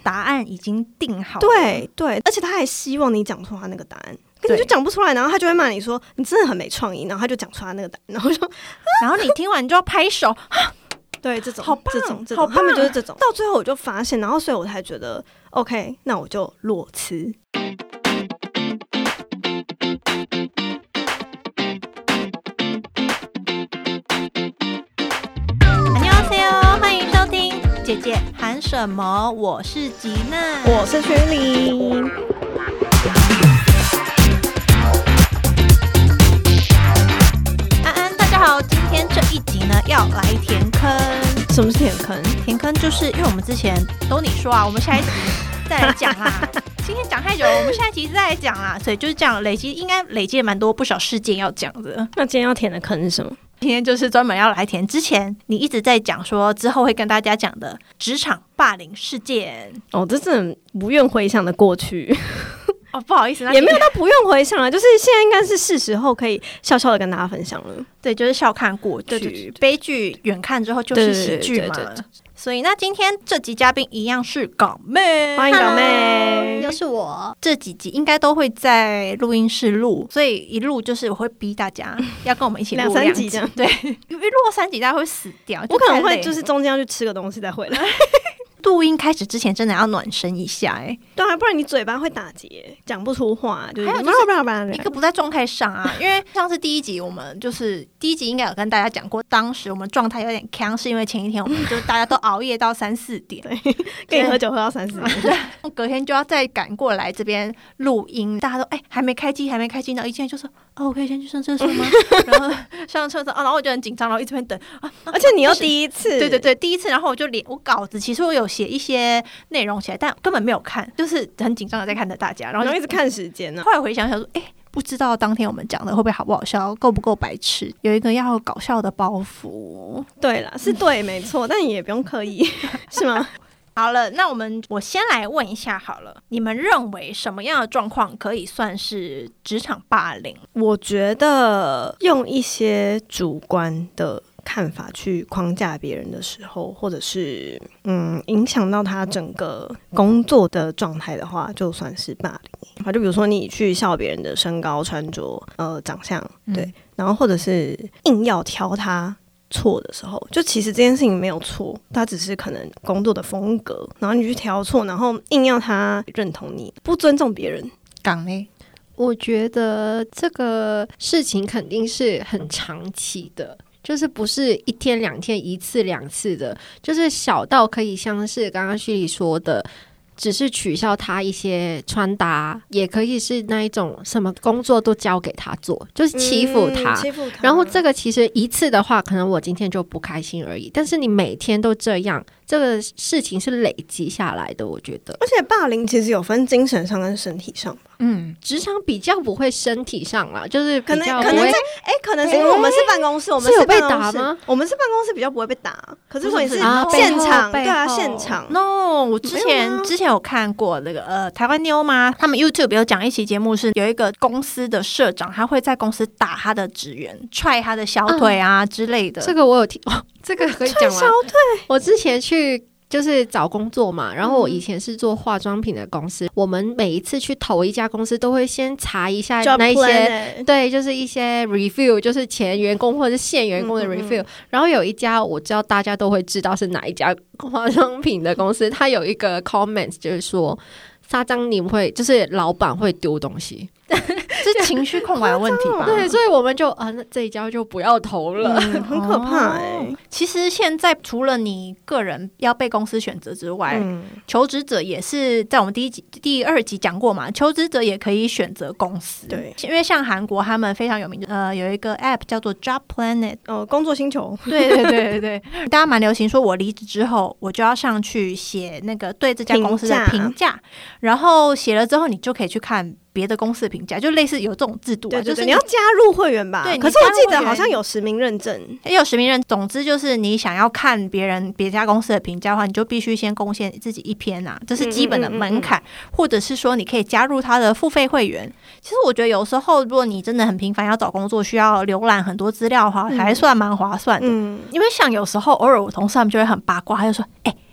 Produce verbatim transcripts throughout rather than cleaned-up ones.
答案已经定好了。 对对，而且他还希望你讲出他那个答案，可你就讲不出来，然后他就会骂你说你真的很没创意，然后他就讲出他那个答案，然后就然后你听完你就要拍手对，这种好棒这种这种， 好棒他们就是这种。到最后我就发现，然后所以我才觉得 OK， 那我就裸辞。 안녕하세요，欢迎收听姐姐喊什么？我是吉娜， 我是雪莉。 安安，大家好，今天这一集呢要来填坑。 什么是填坑？ 填坑就是因为我们之前都你说啊，我们下一集再来讲啦。今天讲太久了，我们下一集再来讲啦。所以就是这样累积，应该累积了蛮多不少事件要讲的。 那今天要填的坑是什么？ 今天就是专门要来填之前你一直在讲说之后会跟大家讲的职场霸凌事件。 哦，这真的不愿回想的过去。 哦，不好意思，那也没有到不愿回想了，就是现在应该是是时候可以笑笑的跟大家分享了。 对，就是笑看过去，对对对对，悲剧远看之后就是喜剧嘛。对对对对对，所以那今天这集嘉宾一样是港妹， 欢迎港妹， 又是我。 这几集应该都会在录音室录，所以一录就是我会逼大家要跟我们一起录两三集这样。 对，因为录三集大家会死掉， 我可能会就是中间要去吃个东西再回来。 录音开始之前真的要暖身一下。哎、欸， 对啊，不然你嘴巴会打结，讲不出话。就是、 还有就是一个不在状态上啊，因为上次第一集我们就是第一集应该有跟大家讲过，当时我们状态有点鏘，是因为前一天我们就大家都熬夜到三四点， 对，跟你喝酒喝到三四点， 隔天就要再赶过来这边录音，大家都哎、欸、还没开机，还没开机，然后一进来就说哦，我可以先去上厕所吗？然后上厕所啊，然后我就很紧张，然后一直边等啊， 而且你又第一次， 对对对，第一次，然后我就连我稿子其实我有写一些内容起来，但根本没有看，就是很紧张的在看着大家，然后然后一直看时间呢、啊。 后来回想想说，哎、欸，不知道当天我们讲的会不会好不好笑，够不够白痴，有一个要搞笑的包袱。 对啦，是对，没错，但你也不用刻意，是吗？ 好了，那我们我先来问一下好了，你们认为什么样的状况可以算是职场霸凌？ 我觉得用一些主观的看法去框架别人的时候，或者是嗯影响到他整个工作的状态的话，就算是霸凌。好，就比如说你去笑别人的身高、穿着、呃长相，对，嗯、然后或者是硬要挑他错的时候，就其实这件事情没有错，他只是可能工作的风格，然后你去挑错，然后硬要他认同你，不尊重别人。 港妹， 我觉得这个事情肯定是很长期的，就是不是一天两天一次两次的，就是小到可以像是刚刚旭丽说的，只是取笑他一些穿搭，也可以是那一种什么工作都交给他做，就是欺负他、嗯、 欺负他。 然后这个其实一次的话可能我今天就不开心而已，但是你每天都这样，这个事情是累积下来的，我觉得。 而且霸凌其实有分精神上跟身体上吧。 嗯，职场比较不会身体上啦，就是比较可能可能在哎、欸，可能是因为我们是办公室，欸、我们是有被打吗？ 我们是办公室比较不会被打，可是如果你是现场，对啊，现场。 No， 我之前之前有看过那个呃台湾妞吗？他们 YouTube 有讲一期节目，是有一个公司的社长，他会在公司打他的职员，踹他的小腿啊、嗯、之类的。 这个我有听，哦、这个可以讲吗？ 踹小腿。 我之前去。就是找工作嘛，然后我以前是做化妆品的公司、嗯、我们每一次去投一家公司都会先查一下那一些，对，就是一些 review， 就是前员工或者是现员工的 review、嗯嗯、然后有一家我知道大家都会知道是哪一家化妆品的公司，他有一个 comment 就是说沙张你们会就是老板会丢东西是情绪控管的问题吧？ 对，所以我们就啊，那这一家就不要投了， 嗯、很可怕哎、欸哦。其实现在除了你个人要被公司选择之外，嗯、求职者也是在我们第一集、第二集讲过嘛，求职者也可以选择公司。 对， 因为像韩国他们非常有名的，呃，有一个 app 叫做 Job Planet， 哦，工作星球。 对对对对对，大家蛮流行说，我离职之后我就要上去写那个对这家公司的评价，然后写了之后你就可以去看别的公司的评价，就类似有这种制度、啊， 对对对， 就是你, 你要加入会员吧？对，可是我记得好像有实名认证， 也有实名认证。总之就是你想要看别人别家公司的评价的话，你就必须先贡献自己一篇啊，这是基本的门槛、嗯嗯嗯嗯。或者是说你可以加入他的付费会员。其实我觉得有时候如果你真的很频繁要找工作，需要浏览很多资料的话，还算蛮划算的、嗯。因为像有时候偶尔我同事他们就会很八卦，他就说：“哎、欸。”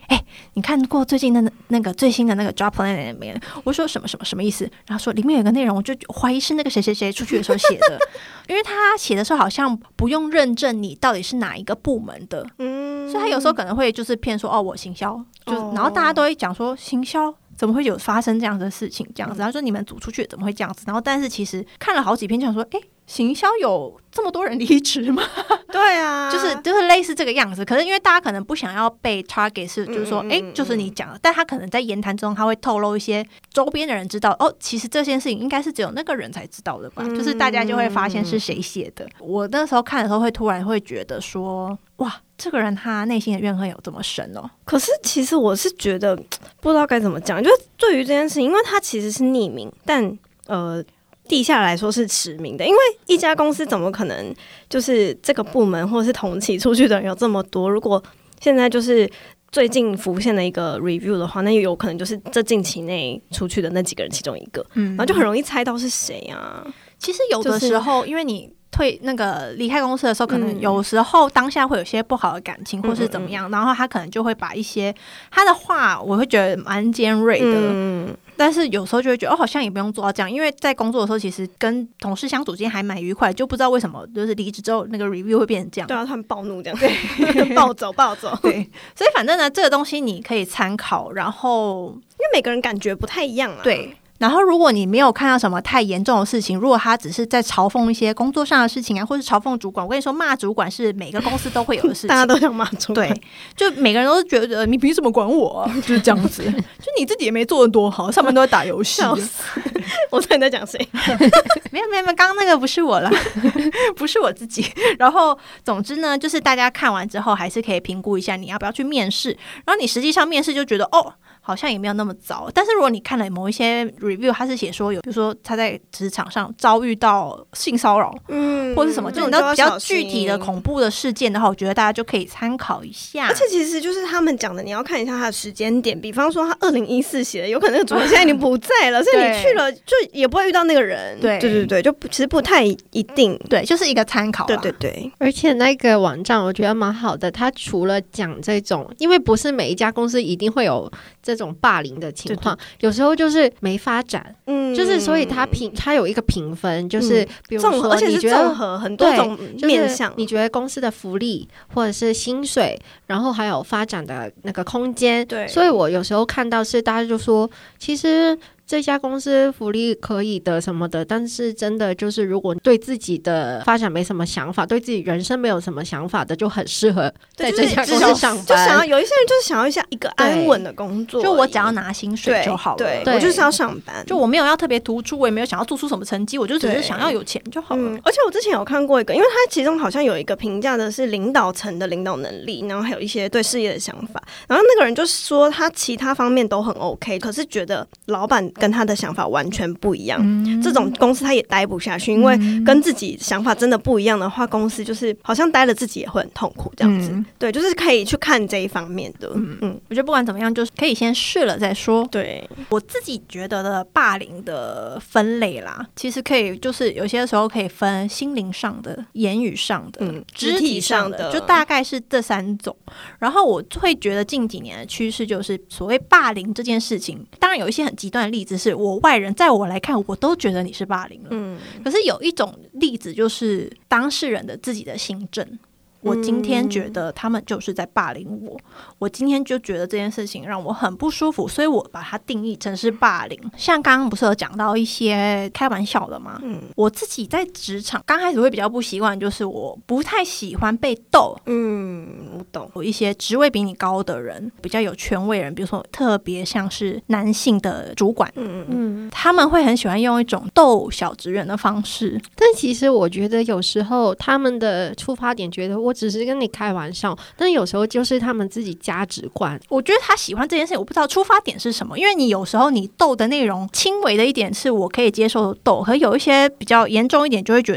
哎、欸，你看过最近的那个最新的那个 job plan 没？我说什么什么什么意思？然后说里面有个内容，我就怀疑是那个谁谁谁出去的时候写的，因为他写的时候好像不用认证你到底是哪一个部门的，嗯，所以他有时候可能会就是骗说哦我行销，就、哦、然后大家都会讲说行销。怎么会有发生这样的事情？这样子，他说你们组出去怎么会这样子？然后，但是其实看了好几篇，就想说，哎、欸，行销有这么多人离职吗？ 对啊， 就是就是类似这个样子。可是因为大家可能不想要被 target， 是就是说，哎、欸，就是你讲的，但他可能在言谈中，他会透露一些周边的人知道，哦，其实这件事情应该是只有那个人才知道的吧？嗯、就是大家就会发现是谁写的。我那时候看的时候，会突然会觉得说，哇。这个人他内心的怨恨有这么深哦？ 可是其实我是觉得不知道该怎么讲，就是对于这件事情，因为他其实是匿名，但呃地下来说是实名的，因为一家公司怎么可能就是这个部门或者是同期出去的人有这么多？如果现在就是最近浮现的一个 review 的话，那有可能就是这近期内出去的那几个人其中一个，嗯，然后就很容易猜到是谁啊。 其实有的时候，就是、因为你。退那个离开公司的时候，可能有时候当下会有些不好的感情，嗯、或是怎么样，然后他可能就会把一些他的话，我会觉得蛮尖锐的。嗯，但是有时候就会觉得哦，好像也不用做到这样，因为在工作的时候，其实跟同事相处之间还蛮愉快，就不知道为什么就是离职之后那个 review 会变成这样。 对啊，他们暴怒这样，对，暴走暴走。 对，所以反正呢，这个东西你可以参考，然后因为每个人感觉不太一样啊。 对。然后，如果你没有看到什么太严重的事情，如果他只是在嘲讽一些工作上的事情啊，或是嘲讽主管，我跟你说，骂主管是每个公司都会有的事情， 大家都想骂主管， 对，就每个人都觉得你凭什么管我啊？就是这样子，就你自己也没做得多好，上班都在打游戏。 我猜你在讲谁？ 没有没有没有，刚刚那个不是我啦，不是我自己。然后，总之呢，就是大家看完之后，还是可以评估一下你要不要去面试。然后你实际上面试就觉得哦。好像也没有那么糟，但是如果你看了某一些 review， 他是写说有，比如说他在职场上遭遇到性骚扰，嗯，或是什么，就你比较具体的恐怖的事件的话，我觉得大家就可以参考一下。 而且其实就是他们讲的，你要看一下他的时间点，比方说他二零一四写的，有可能那个主管现在已经不在了，所以你去了就也不会遇到那个人。对对对对，就其实不太一定， 对，就是一个参考。 对对对， 而且那个网站我觉得蛮好的，他除了讲这种，因为不是每一家公司一定会有这种霸凌的情况，有时候就是没发展，嗯，就是所以他评他有一个评分，就是、嗯、比如说你觉得综合很多种面向、 就是，你觉得公司的福利或者是薪水，然后还有发展的那个空间，对，所以我有时候看到是大家就说，其实。这家公司福利可以的什么的，但是真的就是如果对自己的发展没什么想法，对自己人生没有什么想法的，就很适合在这家公司上班。 就想要有一些人就是想要一下一个安稳的工作， 就我只要拿薪水就好了。 对，对我就是要上班， 就我没有要特别突出，我也没有想要做出什么成绩，我就只是想要有钱就好了。嗯、 而且我之前有看过一个，因为他其中好像有一个评价的是领导层的领导能力，然后还有一些对事业的想法。然后那个人就说他其他方面都很 OK， 可是觉得老板跟他的想法完全不一样，嗯、这种公司他也待不下去，因为跟自己想法真的不一样的话，公司就是好像待了自己也会很痛苦这样子。嗯、对，就是可以去看这一方面的。嗯嗯， 我觉得不管怎么样，就是可以先试了再说。 对， 我自己觉得的霸凌的分类啦，其实可以就是有些时候可以分心灵上的、言语上的、嗯、肢体上的，就大概是这三种。然后我会觉得近几年的趋势就是所谓霸凌这件事情，当然有一些很极端的例子是我外人在我来看我都觉得你是霸凌了，嗯，可是有一种例子就是当事人的自己的心证，我今天觉得他们就是在霸凌我，我今天就觉得这件事情让我很不舒服，所以我把它定义成是霸凌。像刚刚不是有讲到一些开玩笑的吗？嗯，我自己在职场刚开始会比较不习惯，就是我不太喜欢被逗。 嗯，我懂。 有一些职位比你高的人，比较有权威人，比如说特别像是男性的主管，嗯嗯，他们会很喜欢用一种逗小职员的方式。 但其实我觉得有时候他们的出发点觉得我只是跟你开玩笑，但有时候就是他们自己价值观。 我觉得他喜欢这件事情，我不知道出发点是什么，因为你有时候你逗的内容轻微的一点是我可以接受的逗，可有一些比较严重一点就会觉得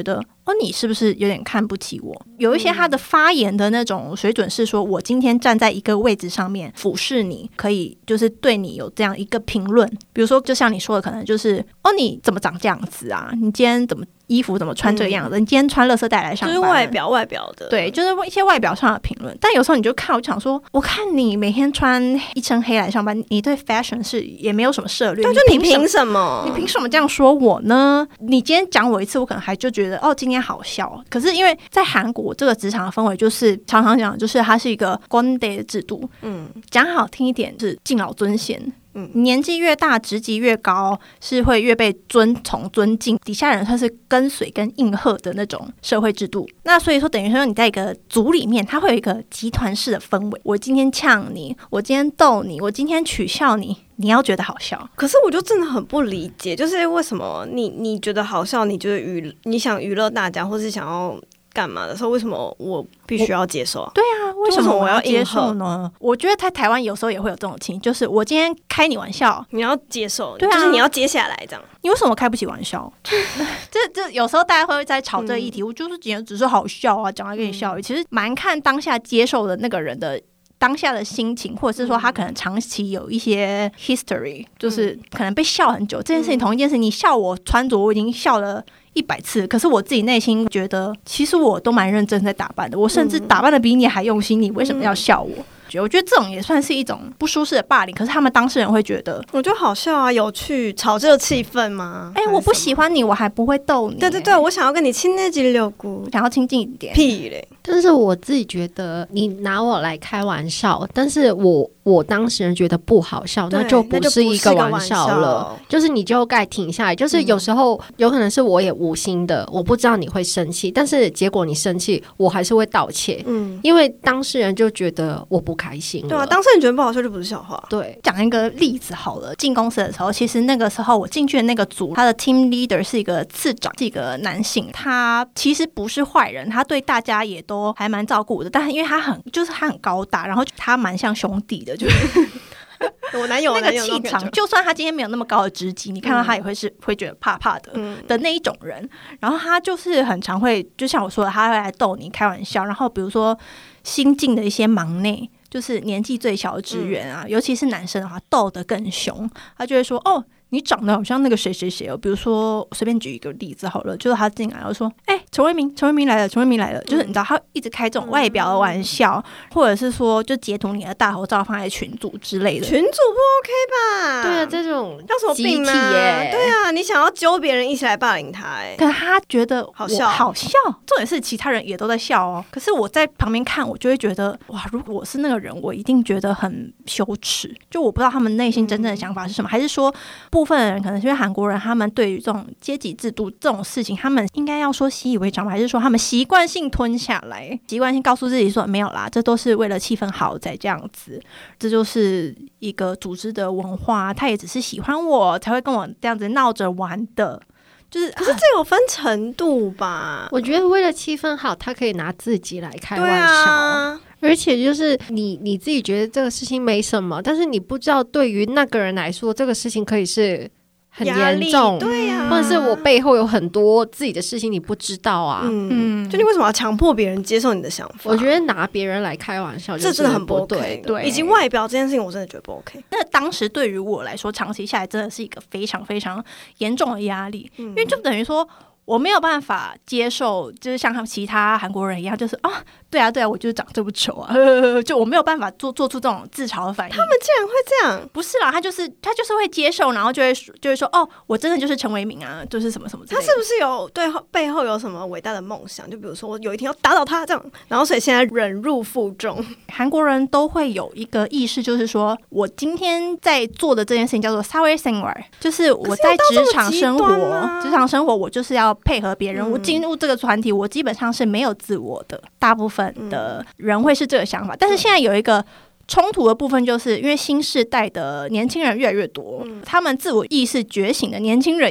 哦，你是不是有点看不起我？有一些他的发言的那种水准是说，我今天站在一个位置上面俯视你，可以就是对你有这样一个评论。比如说，就像你说的，可能就是哦，你怎么长这样子啊？你今天怎么衣服怎么穿这个样子？嗯、你今天穿垃圾袋来上班， 就是外表外表的， 对，就是一些外表上的评论。但有时候你就看，我就想说，我看你每天穿一身黑来上班，你对 fashion 是也没有什么涉猎， 对，就你凭什么？ 你凭什么这样说我呢？你今天讲我一次，我可能还就觉得哦，今天好笑。可是因为在韩国这个职场的氛围，就是常常讲，就是它是一个 gonde 的制度。嗯，讲好听一点是敬老尊贤。嗯，年纪越大，职级越高，是会越被尊崇、尊敬，底下人他是跟随跟应和的那种社会制度。那所以说，等于说你在一个组里面，它会有一个集团式的氛围。我今天呛你，我今天逗你，我今天取笑你，你要觉得好笑。 可是我就真的很不理解，就是为什么你你觉得好笑，你觉得娱你想娱乐大家，或是想要干嘛的时候，为什么我必须要接受啊？ 对啊，为什么我要接受呢？我觉得在台湾有时候也会有这种情形，就是我今天开你玩笑， 你要接受， 对啊， 就是你要接下来这样。 你为什么开不起玩笑？这这有时候大家会在吵这个议题，嗯、我就是觉得只是好笑啊，讲来给你笑而已。其实蛮看当下接受的那个人的当下的心情，或者是说他可能长期有一些 history，、嗯、就是可能被笑很久。这件事情同一件事，你笑我穿着，我已经笑了一百次，可是我自己内心觉得，其实我都蛮认真在打扮的，我甚至打扮的比你还用心，你为什么要笑我？我觉得这种也算是一种不舒适的霸凌，可是他们当事人会觉得， 我觉得好笑啊，有趣，炒这个气氛吗？ 哎、欸，我不喜欢你，我还不会逗你。 对对对，我想要跟你亲那几溜骨， 想要亲近一点。 屁嘞！ 但是我自己觉得，你拿我来开玩笑，但是我我当事人觉得不好笑，那就不是一个玩笑了。就是你就该停下来。就是有时候、嗯、有可能是我也无心的，我不知道你会生气，但是结果你生气，我还是会道歉。嗯，因为当事人就觉得我不开心了。 对啊，当事人觉得不好笑就不是笑话。 对， 讲一个例子好了，进公司的时候，其实那个时候我进去的那个组，他的 team leader 是一个次长，是一个男性，他其实不是坏人，他对大家也都还蛮照顾的，但是因为他很就是他很高大，然后他蛮像兄弟的，就是我男友那个气场，就算他今天没有那么高的职级，你看到他也会是、嗯、会觉得怕怕的、嗯、的那一种人。然后他就是很常会，就像我说的，他会来逗你开玩笑。然后比如说新进的一些忙内，就是年纪最小的职员啊、嗯，尤其是男生的话，逗得更凶。他就会说：“哦，你长得好像那个谁谁谁哦。”比如说随便举一个例子好了，就是他进来然后说：“哎、欸，陈为民，陈为民来了，陈为民来了。”就是你知道他一直开这种外表的玩笑，嗯、或者是说就截图你的大头照放在群组之类的。 群组不 OK 吧？ 对啊，这种要什么病吗？耶对啊，你想要揪别人一起来霸凌他、欸，哎， 可是他觉得好笑， 好笑。重点是其他人也都在笑哦。可是我在旁边看，我就会觉得哇，如果我是那个人，我一定觉得很羞耻。就我不知道他们内心真正的想法是什么，嗯、还是说部分的人可能是因为韩国人，他们对于这种阶级制度这种事情，他们应该要说习以为常吗？还是说他们习惯性吞下来，习惯性告诉自己说没有啦，这都是为了气氛好才这样子，这就是一个组织的文化，他也只是喜欢我才会跟我这样子闹着玩的。就是， 可是这有分程度吧？ 我觉得为了气氛好，他可以拿自己来开玩笑。 啊、 而且就是你你自己觉得这个事情没什么，但是你不知道对于那个人来说，这个事情可以是很严重， 对呀、啊， 或者是我背后有很多自己的事情你不知道啊。 嗯，就你为什么要强迫别人接受你的想法？ 我觉得拿别人来开玩笑， 这真的很不对。对，以及外表这件事情，我真的觉得不 OK。 那当时对于我来说，长期下来真的是一个非常非常严重的压力，嗯、因为就等于说。我没有办法接受，就是像他们其他韩国人一样，就是啊，对啊，对啊，我就是长这么丑啊，呵呵呵，就我没有办法做做出这种自嘲的反应。 他们竟然会这样？ 不是啦，他就是他就是会接受，然后就会就会说，哦，我真的就是陈为民啊，就是什么什么之类的。 他是不是有对背后有什么伟大的梦想？就比如说，我有一天要打倒他这样，然后所以现在忍辱负重。 韩国人都会有一个意识，就是说我今天在做的这件事情叫做사회생활，就是我在职场生活，职场生活我就是要配合别人。嗯、我进入这个团体，我基本上是没有自我的。大部分的人会是这个想法，嗯、但是现在有一个冲突的部分，就是因为新世代的年轻人越来越多，嗯、他们自我意识觉醒的年轻人也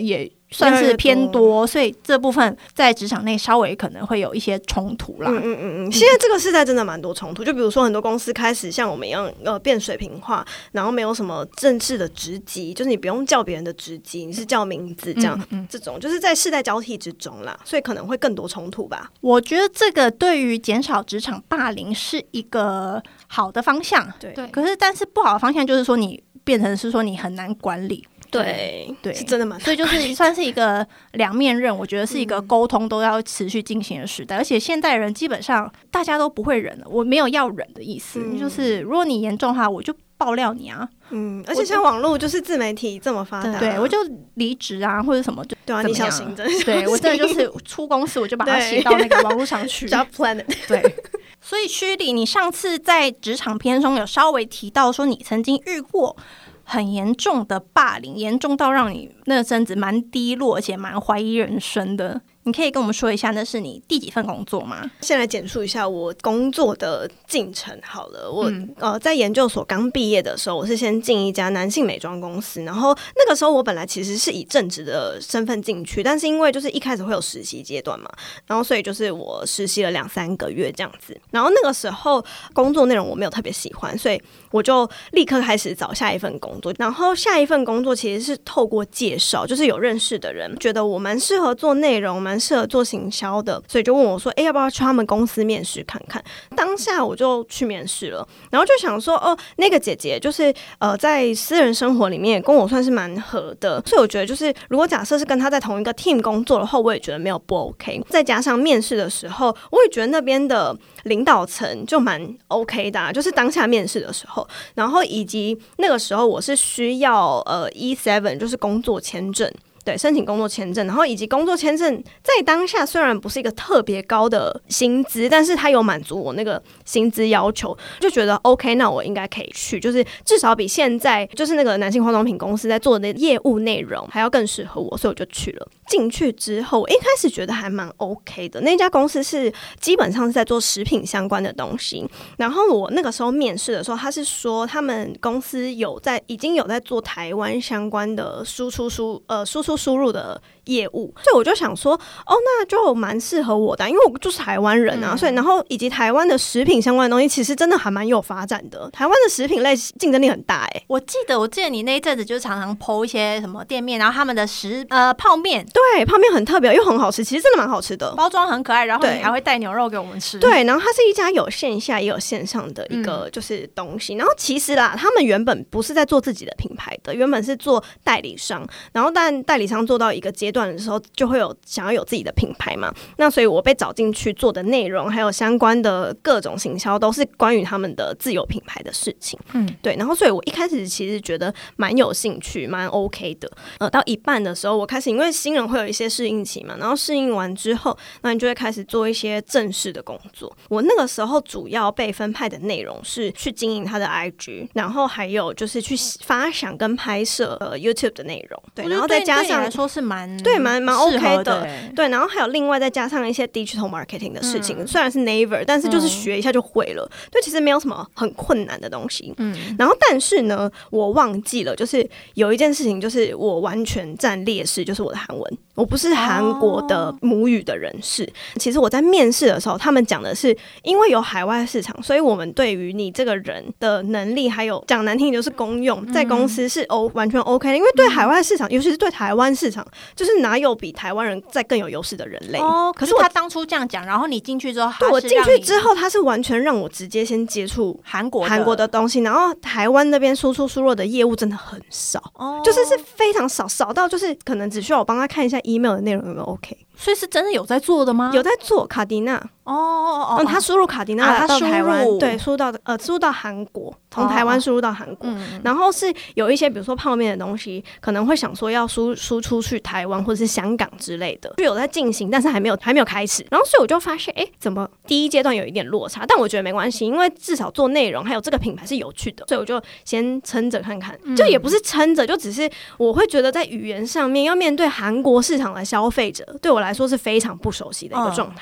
算是偏多，所以这部分在职场内稍微可能会有一些冲突啦。 嗯嗯嗯嗯，现在这个时代真的蛮多冲突，就比如说很多公司开始像我们一样呃变水平化，然后没有什么正式的职级，就是你不用叫别人的职级，你是叫名字这样，嗯嗯，这种就是在世代交替之中啦，所以可能会更多冲突吧。 我觉得这个对于减少职场霸凌是一个好的方向，对对。可是但是不好的方向就是说你变成是说你很难管理。 对对，是真的蛮， 所以就是算是一个两面刃，我觉得是一个沟通都要持续进行的时代。而且现代人基本上大家都不会忍了，我没有要忍的意思，嗯、就是如果你严重的话，我就爆料你啊。 嗯，而且像网络就是自媒体这么发达， 对，我就离职啊或者什么就对啊，你小心，真的， 对我真的就是出公司我就把它写到那个网络上去。 Job Planet， 对。所以虚里，你上次在职场篇中有稍微提到说，你曾经遇过很严重的霸凌，严重到让你那阵子蛮低落，而且蛮怀疑人生的。你可以跟我们说一下，那是你第几份工作吗？ 先来简述一下我工作的进程好了。我、嗯、呃在研究所刚毕业的时候，我是先进一家男性美妆公司，然后那个时候我本来其实是以正职的身份进去，但是因为就是一开始会有实习阶段嘛，然后所以就是我实习了两三个月这样子。然后那个时候工作内容我没有特别喜欢，所以我就立刻开始找下一份工作。然后下一份工作其实是透过介绍，就是有认识的人觉得我蛮适合做内容，蛮适合做行销的，所以就问我说：“哎、欸，要不要去他们公司面试看看？”当下我就去面试了，然后就想说：“哦，那个姐姐就是呃，在私人生活里面跟我算是蛮合的，所以我觉得就是如果假设是跟她在同一个 team 工作的话，我也觉得没有不 OK。再加上面试的时候，我也觉得那边的领导层就蛮 OK 的、啊，就是当下面试的时候，然后以及那个时候我是需要呃 E 七 就是工作签证。”对，申请工作签证，然后以及工作签证在当下虽然不是一个特别高的薪资，但是它有满足我那个薪资要求，就觉得 OK， 那我应该可以去，就是至少比现在就是那个男性化妆品公司在做的业务内容还要更适合我，所以我就去了。进去之后，我一开始觉得还蛮 OK 的，那家公司是基本上是在做食品相关的东西。然后我那个时候面试的时候，他是说他们公司有在已经有在做台湾相关的输出输呃输出输入的业务，所以我就想说，哦，那就蛮适合我的，因为我就是台湾人啊，嗯、所以然后以及台湾的食品相关的东西，其实真的还蛮有发展的。台湾的食品类竞争力很大、欸，哎， 我记得我记得你那一阵子就常常 po 一些什么店面，然后他们的食呃泡面， 对，泡面很特别又很好吃，其实真的蛮好吃的， 包装很可爱，然后你还会带牛肉给我们吃。 对，然后它是一家有线下也有线上的一个就是东西，嗯、然后其实啦，他们原本不是在做自己的品牌的，原本是做代理商，然后但代理商做到一个阶段的时候，就会有想要有自己的品牌嘛。那所以我被找进去做的内容，还有相关的各种行销，都是关于他们的自有品牌的事情。嗯，对。然后所以我一开始其实觉得蛮有兴趣，蛮 OK 的。呃，到一半的时候，我开始因为新人会有一些适应期嘛，然后适应完之后，那你就会开始做一些正式的工作。我那个时候主要被分派的内容是去经营他的 I G， 然后还有就是去发想跟拍摄呃 YouTube 的内容。对，然后再加上来说是蛮对蛮蛮 OK 的， 欸、 对，然后还有另外再加上一些 digital marketing 的事情，嗯、虽然是 never， 但是就是学一下就会了，嗯、对，其实没有什么很困难的东西。嗯，然后但是呢，我忘记了，就是有一件事情，就是我完全占劣势，就是我的韩文，我不是韩国的母语的人士。哦、其实我在面试的时候，他们讲的是，因为有海外市场，所以我们对于你这个人的能力，还有讲难听就是功用，在公司是 O 完全 OK 的，因为对海外市场，尤其是对台湾市场，就是哪有比台湾人再更有优势的人类？ 哦，可是他当初这样讲，然后你进去之后， 对我进去之后，他是完全让我直接先接触韩国韩国的东西，然后台湾那边输出输入的业务真的很少，哦、就是是非常少，少到就是可能只需要我帮他看一下 email 的内容有没有 OK。 所以是真的有在做的吗？ 有在做卡迪娜哦哦哦，他输入卡迪娜，他到台湾，对，输入到呃输入到韩国，从台湾输入到韩国，嗯、然后是有一些比如说泡面的东西，可能会想说要输输出去台湾或者是香港之类的，就有在进行，但是还没有还没有开始。然后所以我就发现，哎，怎么第一阶段有一点落差？但我觉得没关系，因为至少做内容还有这个品牌是有趣的，所以我就先撑着看看，嗯、就也不是撑着，就只是我会觉得在语言上面要面对韩国市场的消费者，对我来说是非常不熟悉的一个状态。嗯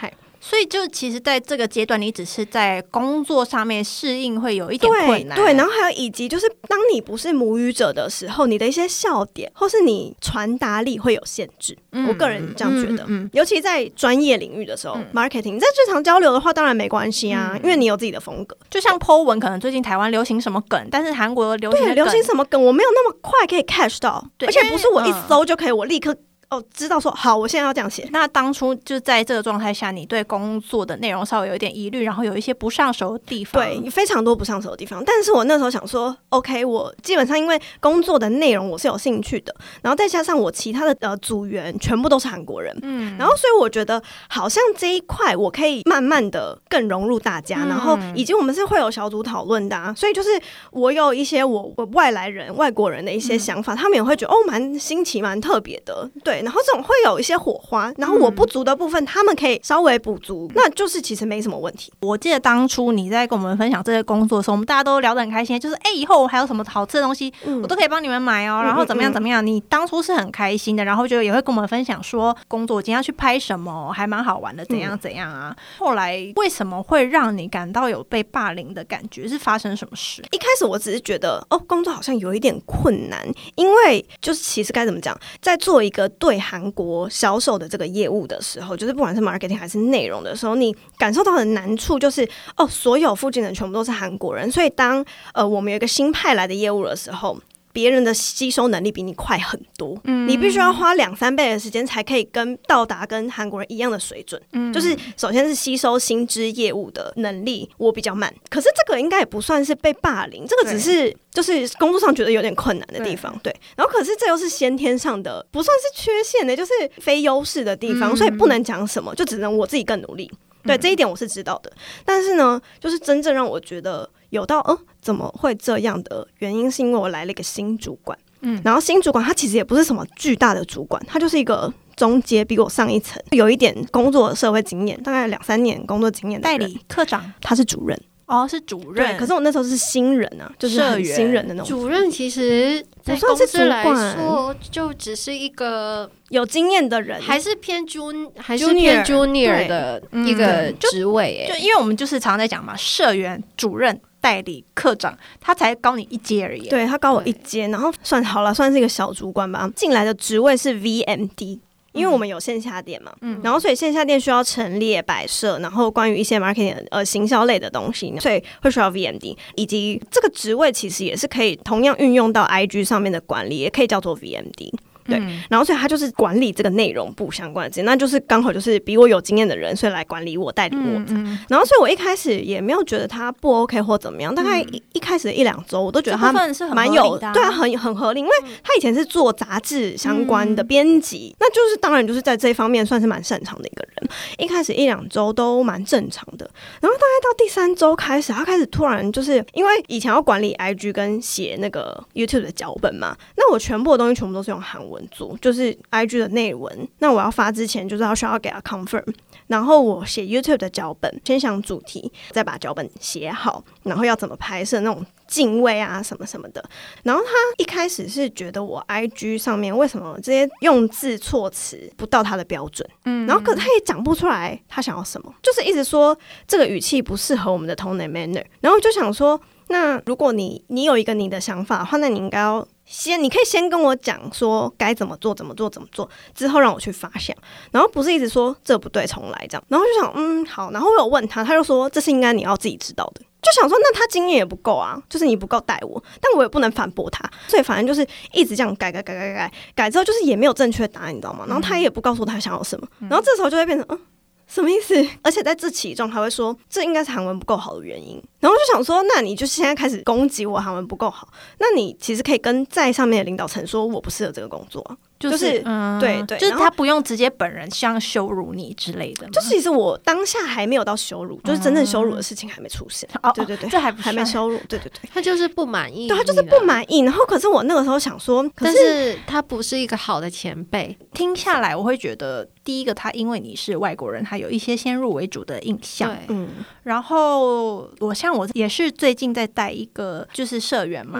所以就其实在这个阶段你只是在工作上面适应会有一点困难。 对, 对然后还有以及就是当你不是母语者的时候，你的一些笑点或是你传达力会有限制、嗯、我个人这样觉得、嗯嗯嗯、尤其在专业领域的时候、嗯、marketing 在日常交流的话当然没关系啊、嗯、因为你有自己的风格， 就像 po 文可能最近台湾流行什么梗，但是韩国流行的梗， 对流行什么梗我没有那么快可以 catch 到，而且不是我一搜就可以、嗯、我立刻哦，知道说好我现在要这样写。 那当初就在这个状态下你对工作的内容稍微有一点疑虑，然后有一些不上手的地方。 对，非常多不上手的地方，但是我那时候想说 OK 我基本上因为工作的内容我是有兴趣的，然后再加上我其他的呃组员全部都是韩国人，嗯，然后所以我觉得好像这一块我可以慢慢的更融入大家、嗯、然后以及我们是会有小组讨论的、啊、所以就是我有一些我我外来人外国人的一些想法、嗯、他们也会觉得哦蛮新奇蛮特别的，对，然后这种会有一些火花，然后我不足的部分、嗯、他们可以稍微补足，那就是其实没什么问题。 我记得当初你在跟我们分享这些工作的时候，我们大家都聊得很开心，就是哎、欸，以后还有什么好吃的东西、嗯、我都可以帮你们买哦，然后怎么样怎么样、嗯嗯嗯、你当初是很开心的，然后就也会跟我们分享说工作今天要去拍什么还蛮好玩的怎样怎样啊、嗯、后来为什么会让你感到有被霸凌的感觉，是发生什么事？ 一开始我只是觉得哦工作好像有一点困难，因为就是其实该怎么讲，在做一个对韩国销售的这个业务的时候，就是不管是 marketing 还是内容的时候，你感受到的难处就是哦，所有附近的人全部都是韩国人，所以当呃我们有一个新派来的业务的时候，别人的吸收能力比你快很多、嗯、你必须要花两三倍的时间才可以跟到达跟韩国人一样的水准、嗯、就是首先是吸收新知业务的能力我比较慢，可是这个应该也不算是被霸凌，这个只是就是工作上觉得有点困难的地方， 对, 对，然后可是这又是先天上的不算是缺陷的，就是非优势的地方、嗯、所以不能讲什么，就只能我自己更努力，对、嗯、这一点我是知道的。但是呢就是真正让我觉得有到嗯怎么会这样的原因，是因为我来了一个新主管，嗯，然后新主管他其实也不是什么巨大的主管，他就是一个中阶比我上一层，有一点工作社会经验，大概两三年工作经验的代理科长， 他是主任。 哦，是主任。 对，可是我那时候是新人啊，就是很新人的那种。 主任其实在公司来说就只是一个有经验的人， 还是偏 junior 还是偏 junior 的一个职位、欸嗯、 就, 就因为我们就是常在讲嘛，社员、主任、代理、科长，他才高你一阶而已。 对，他高我一阶，然后算好了，算是一个小主管吧。进来的职位是 V M D。因为我们有线下店嘛、嗯、然后所以线下店需要陈列摆设，然后关于一些 marketing 呃行销类的东西，所以会需要 V M D， 以及这个职位其实也是可以同样运用到 I G 上面的管理，也可以叫做 V M D。对、嗯，然后所以他就是管理这个内容部相关的，那就是刚好就是比我有经验的人，所以来管理我带领我、嗯嗯、然后所以我一开始也没有觉得他不 OK 或怎么样，大概 一,、嗯、一开始的一两周我都觉得他蛮有、啊、对啊很很合理，因为他以前是做杂志相关的编辑、嗯、那就是当然就是在这一方面算是蛮擅长的一个人，一开始一两周都蛮正常的，然后大概到第三周开始他开始突然就是因为以前要管理 I G 跟写那个 YouTube 的脚本嘛，那我全部的东西全部都是用韩文做，就是 I G 的内文，那我要发之前就是要需要给他 confirm， 然后我写 YouTube 的脚本，先想主题，再把脚本写好，然后要怎么拍摄那种敬畏啊什么什么的。然后他一开始是觉得我 I G 上面为什么这些用字措辞不到他的标准，嗯，然后可是他也讲不出来他想要什么，就是一直说这个语气不适合我们的 tone and manner， 然后就想说那如果你你有一个你的想法的话，那你应该要先你可以先跟我讲说该怎么做怎么做怎么做，之后让我去发想，然后不是一直说这不对重来这样，然后就想嗯好，然后我有问他，他就说这是应该你要自己知道的，就想说那他经验也不够啊，就是你不够带我，但我也不能反驳他，所以反正就是一直这样改改改改改改之后就是也没有正确答案你知道吗，然后他也不告诉他想要什么，然后这时候就会变成嗯什么意思？而且在这其中还会说这应该是韩文不够好的原因，然后就想说那你就现在开始攻击我韩文不够好，那你其实可以跟在上面的领导层说我不适合这个工作啊，就是、就是、嗯，对对， 就是他不用直接本人像羞辱你之类的， 就是其实我当下还没有到羞辱，就是真正羞辱的事情还没出现， 哦、 对对对， 这还不还没羞辱，对对对， 他就是不满意， 对他就是不满意，然后可是我那个时候想说，可是但是他不是一个好的前辈， 听下来我会觉得第一个他因为你是外国人，他有一些先入为主的印象，嗯，然后我像我也是最近在带一个就是社员嘛。嗯，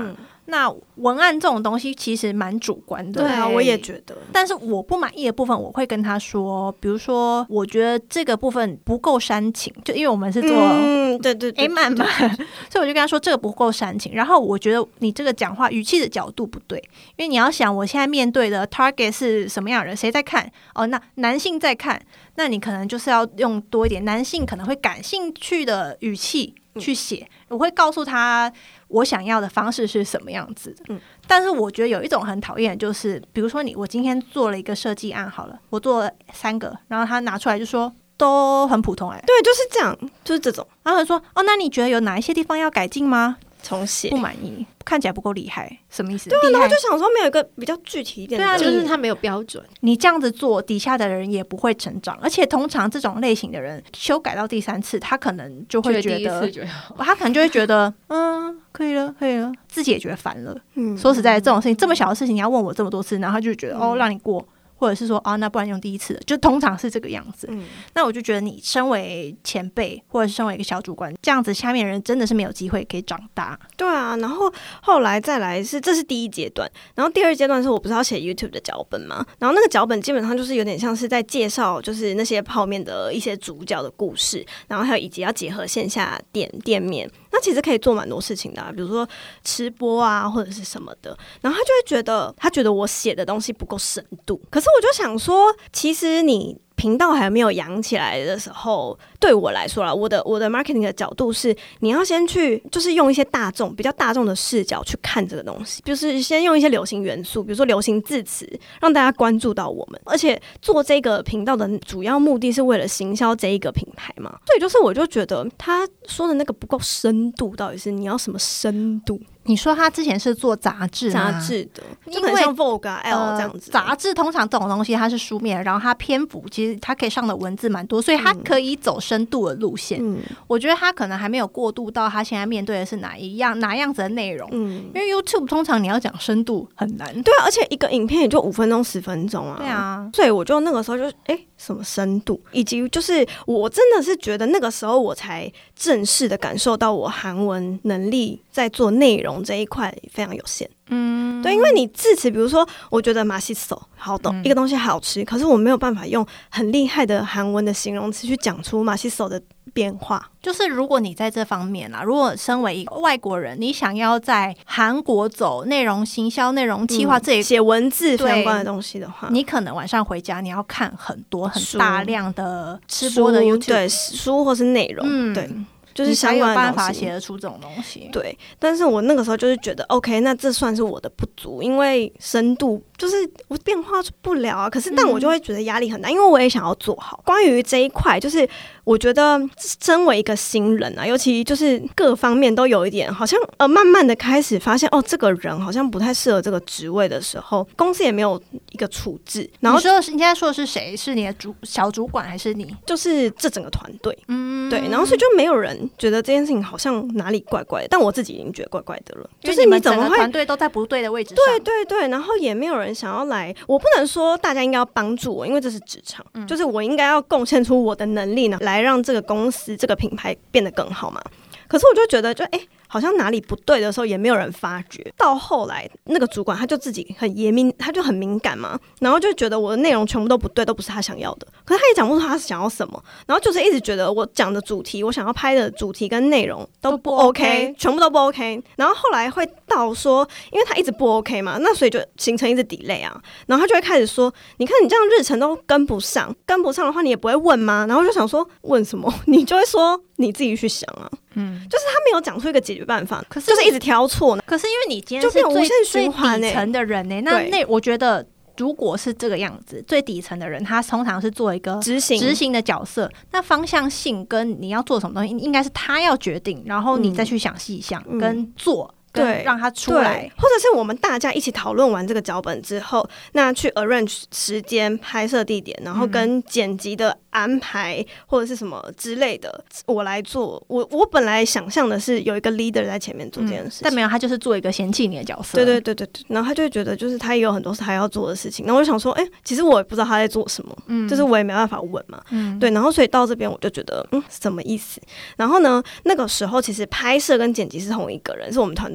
那文案这种东西其实蛮主观的， 对啊，我也觉得。 但是我不满意的部分，我会跟他说，比如说，我觉得这个部分不够煽情，就因为我们是做嗯，对对对 A 漫嘛，所以我就跟他说这个不够煽情。然后我觉得你这个讲话语气的角度不对，因为你要想我现在面对的 target 是什么样的人，谁在看？哦，那男性在看，那你可能就是要用多一点男性可能会感兴趣的语气去写。我会告诉他我想要的方式是什么样子的。嗯，但是我觉得有一种很讨厌的就是，比如说你我今天做了一个设计案好了，我做了三个，然后他拿出来就说都很普通哎、欸， 对，就是这样，就是这种。 然后他说哦，那你觉得有哪一些地方要改进吗？ 重写， 不满意，看起来不够厉害，什么意思？ 对啊，然后就想说没有一个比较具体一点的， 对啊，就是他没有标准。 你这样子做，底下的人也不会成长，而且通常这种类型的人修改到第三次，他可能就会觉得， 觉得他可能就会觉得，嗯，可以了，可以了，自己也觉得烦了。嗯，说实在，这种事情这么小的事情，你要问我这么多次，然后他就觉得、嗯、哦，让你过。或者是说啊，那不然用第一次的，就通常是这个样子。嗯，那我就觉得你身为前辈，或者是身为一个小主管，这样子下面人真的是没有机会可以长大。 对啊，然后后来再来是，这是第一阶段，然后第二阶段是我不是要写 YouTube 的脚本嘛，然后那个脚本基本上就是有点像是在介绍，就是那些泡面的一些主角的故事，然后还有以及要结合线下店店面。那其实可以做蛮多事情的、啊，比如说吃播啊，或者是什么的。然后他就会觉得，他觉得我写的东西不够深度。可是我就想说，其实你频道还没有养起来的时候，对我来说啦，我的我的 marketing 的角度是，你要先去就是用一些大众比较大众的视角去看这个东西，就是先用一些流行元素，比如说流行字词，让大家关注到我们。而且做这个频道的主要目的是为了行销这一个品牌嘛，所以就是我就觉得他说的那个不够深度，到底是你要什么深度？ 你说他之前是做杂志杂志的，就很像 Vogue 啊、L 这样子、 呃。杂志通常这种东西它是书面，然后它篇幅其实它可以上的文字蛮多，所以它可以走深度的路线。嗯，我觉得他可能还没有过渡到他现在面对的是哪一样哪样子的内容。嗯，因为 YouTube 通常你要讲深度很难。 对啊，而且一个影片也就五分钟十分钟啊。 对啊， 所以我就那个时候就哎、欸、什么深度，以及就是我真的是觉得那个时候我才正式的感受到我韩文能力在做内容这一块非常有限。嗯，对，因为你字词，比如说，我觉得马西手好懂、嗯，一个东西好吃，可是我没有办法用很厉害的韩文的形容词去讲出马西手的变化。 就是如果你在这方面啦，如果身为一个外国人，你想要在韩国走内容行销、内容企划这一写、嗯、文字相关的东西的话， 你可能晚上回家你要看很多很大量的吃播的 YouTube， 对，书或是内容，嗯、对。就是相关的东西， 你才有办法写得出这种东西。 对，但是我那个时候就是觉得 ，OK， 那这算是我的不足，因为深度就是我变化不了啊。可是，但我就会觉得压力很大，因为我也想要做好。关于这一块，就是我觉得身为一个新人啊，尤其就是各方面都有一点，好像呃，慢慢的开始发现，哦，这个人好像不太适合这个职位的时候，公司也没有一个处置。然后你说你现在说的是谁？是你的主小主管还是你？ 就是这整个团队，嗯，对。然后所以就没有人觉得这件事情好像哪里怪怪的，但我自己已经觉得怪怪的了。 就是你整个团队都在不对的位置上， 对对对，然后也没有人想要来。我不能说大家应该要帮助我，因为这是职场、嗯，就是我应该要贡献出我的能力呢，来让这个公司、这个品牌变得更好嘛。可是我就觉得就，就、欸、哎，好像哪里不对的时候，也没有人发觉。到后来，那个主管他就自己很严敏，他就很敏感嘛，然后就觉得我的内容全部都不对，都不是他想要的。可是他也讲不出他想要什么，然后就是一直觉得我讲的主题，我想要拍的主题跟内容都不 OK，, 不 OK 全部都不 OK。然后后来会到说，因为他一直不 OK 嘛，那所以就形成一直 delay 啊。然后他就会开始说，你看你这样日程都跟不上，跟不上的话你也不会问吗？然后就想说问什么，你就会说你自己去想啊。嗯，就是他没有讲出一个解决办法，可是就是一直挑错。 可是因为你今天是最就变无限循环、欸、 最底层的人呢、欸，那那我觉得如果是这个样子，最底层的人他通常是做一个执行执行的角色，那方向性跟你要做什么东西，应该是他要决定，然后你再去想细项、嗯、跟做。对，让他出来， 或者是我们大家一起讨论完这个脚本之后，那去 arrange 时间、拍摄地点，然后跟剪辑的安排或者是什么之类的，我来做。我我本来想象的是有一个 leader 在前面做这件事情、嗯， 但没有，他就是做一个嫌弃你的角色。 对对对对对，然后他就会觉得就是他也有很多事他要做的事情，然后我就想说，哎、欸，其实我也不知道他在做什么，嗯，就是我也没办法问嘛，嗯，对，然后所以到这边我就觉得，嗯，什么意思？然后呢，那个时候其实拍摄跟剪辑是同一个人，是我们团队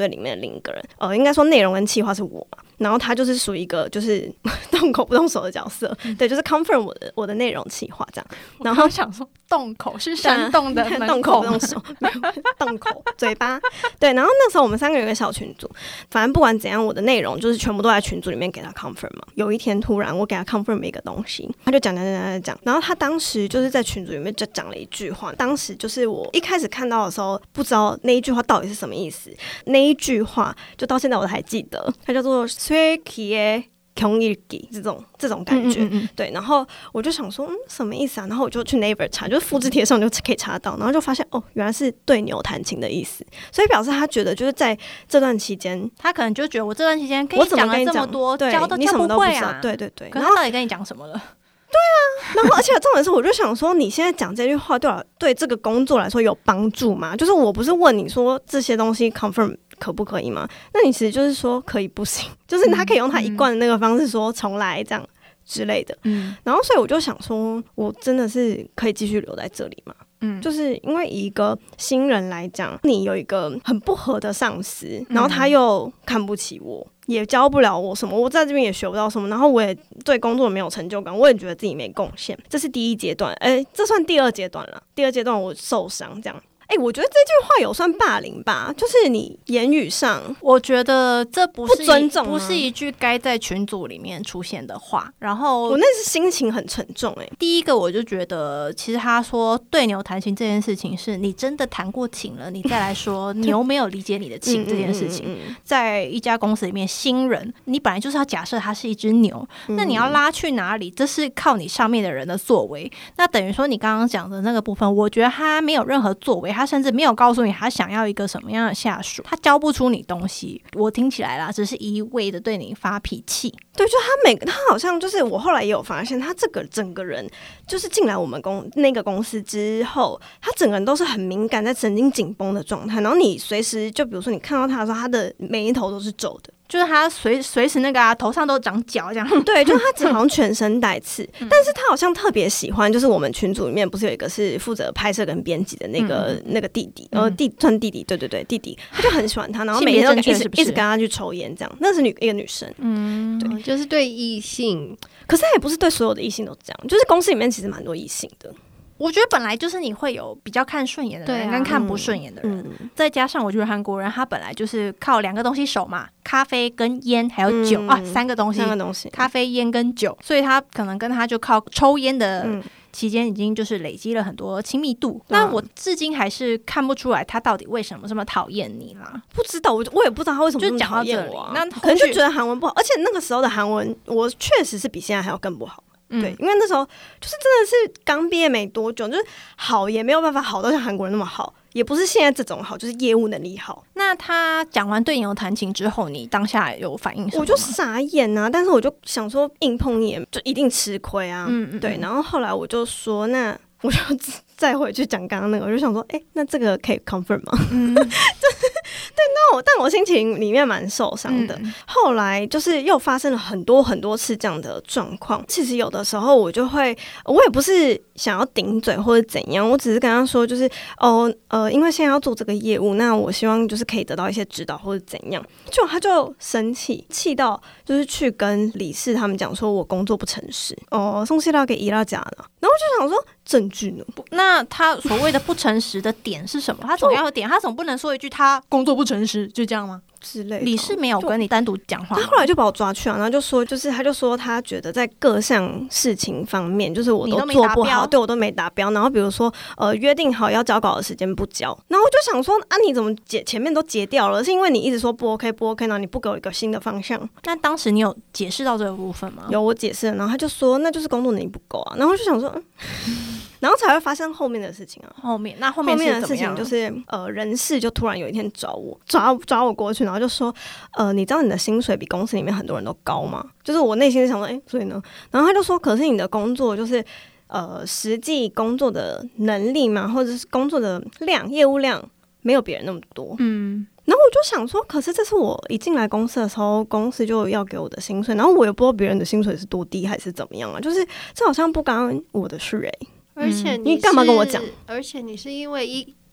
里面的另一个人，呃，应该说内容跟企划是我嘛，然后他就是属于一个就是动口不动手的角色，对，就是 confirm 我的我的内容企划这样。然后想说动口是山洞的门口， 动口不动手，动口嘴巴，对。然后那时候我们三个人有个小群组，反正不管怎样，我的内容就是全部都在群组里面给他 confirm 嘛。有一天突然我给他 confirm 一个东西，他就讲讲讲讲讲，然后他当时就是在群组里面就讲了一句话，当时就是我一开始看到的时候不知道那一句话到底是什么意思，那一句话就到现在我还记得，它叫做쇠기의 경읽기这种这种感觉，嗯嗯嗯对。然后我就想说，嗯，什么意思啊？然后我就去 Naver 查，就是复制贴上就可以查到，然后就发现哦，原来是对牛弹琴的意思。所以表示他觉得就是在这段期间， 他可能就觉得我这段期间跟你讲了这么多，教都教不会啊， 对对对。 可是他到底跟你讲什么了？ 对啊，然后而且重点是，我就想说，你现在讲这句话对对这个工作来说有帮助吗？就是我不是问你说这些东西 confirm 可不可以吗？那你其实就是说可以不行，就是他可以用他一贯的那个方式说重来这样之类的。嗯，然后所以我就想说，我真的是可以继续留在这里吗？嗯，就是因为以一个新人来讲，你有一个很不合的上司，然后他又看不起我，也教不了我什么，我在这边也学不到什么，然后我也对工作没有成就感，我也觉得自己没贡献，这是第一阶段，哎，这算第二阶段了。第二阶段我受伤这样。哎、欸，我觉得这句话有算霸凌吧，就是你言语上， 我觉得这不是不尊重， 不是一句该在群组里面出现的话。然后我那是心情很沉重、欸。哎， 第一个我就觉得，其实他说对牛弹琴这件事情，是你真的弹过琴了，你再来说牛没有理解你的琴这件事情，嗯嗯嗯嗯在一家公司里面，新人你本来就是要假设它是一只牛，嗯、那你要拉去哪里？这是靠你上面的人的作为。那等于说你刚刚讲的那个部分，我觉得他没有任何作为。他甚至没有告诉你他想要一个什么样的下属，他教不出你东西。我听起来啦，只是一味的对你发脾气。 对，就他每个他好像就是我后来也有发现，他这个整个人就是进来我们公那个公司之后，他整个人都是很敏感，在神经紧绷的状态。然后你随时就比如说你看到他的时候，他的眉头都是皱的。 就是他随随时那个啊，头上都长角这样。 对，就是他好像全身带刺，嗯、但是他好像特别喜欢，就是我们群组里面不是有一个是负责拍摄跟编辑的那个、嗯、那个弟弟，呃弟算弟弟，对对对弟弟，他就很喜欢他，然后每天都一直一直跟他去抽烟这样。那是女一个女生， 嗯，对，就是对异性， 可是他也不是对所有的异性都这样，就是公司里面其实蛮多异性的。 我觉得本来就是你会有比较看顺眼的人跟看不顺眼的人、嗯、再加上我觉得韩国人他本来就是靠两个东西守嘛，咖啡跟烟还有酒、嗯、啊，三个东西， 三个东西， 咖啡烟跟酒，所以他可能跟他就靠抽烟的期间已经就是累积了很多亲密度、嗯、那我至今还是看不出来他到底为什么这么讨厌你啦。 不知道，我我也不知道他为什么这么讨厌我、啊、那可能就觉得韩文不好，而且那个时候的韩文我确实是比现在还要更不好。对，因为那时候就是真的是刚毕业没多久，就是好也没有办法好到像韩国人那么好，也不是现在这种好，就是业务能力好。 那他讲完对牛弹琴之后，你当下有反应什么？ 我就傻眼啊！但是我就想说，硬碰硬就一定吃亏啊。嗯嗯，对。然后后来我就说，那我就再回去讲刚刚那个，我就想说，哎、欸，那这个可以 confirm 吗？嗯，就是对，那我但我心情里面蛮受伤的、嗯。后来就是又发生了很多很多次这样的状况。其实有的时候我就会，我也不是想要顶嘴或者怎样，我只是跟他说，就是哦呃，因为现在要做这个业务，那我希望就是可以得到一些指导或者怎样。就他就生气，气到就是去跟理事他们讲说我工作不诚实，哦，送资料给伊拉家了。然后我就想说证据呢？ 那他所谓的不诚实的点是什么？他总要有点，他总不能说一句他工作不诚实就这样吗？ 之类的。 理事没有跟你单独讲话， 他后来就把我抓去啊，然后就说，就是他就说他觉得在各项事情方面，就是我都做不好，对我都没达标。然后比如说呃约定好要交稿的时间不交，然后我就想说啊，你怎么截前面都截掉了？是因为你一直说不 OK 不 OK， 然后你不给我一个新的方向。 那当时你有解释到这个部分吗？ 有，我解释了，然后他就说那就是工作能力不够啊。然后我就想说，嗯然后才会发生后面的事情啊。 后面那后面是的事情就是呃，人事就突然有一天找我，抓抓我过去，然后就说，呃，你知道你的薪水比公司里面很多人都高吗？就是我内心想说，哎、欸，所以呢，然后他就说，可是你的工作就是呃，实际工作的能力嘛，或者是工作的量、业务量没有别人那么多。嗯。然后我就想说，可是这是我一进来公司的时候，公司就要给我的薪水，然后我也不知道别人的薪水是多低还是怎么样啊，就是这好像不干我的事哎、欸。 而且你干嘛跟我讲？ 而且你是因为一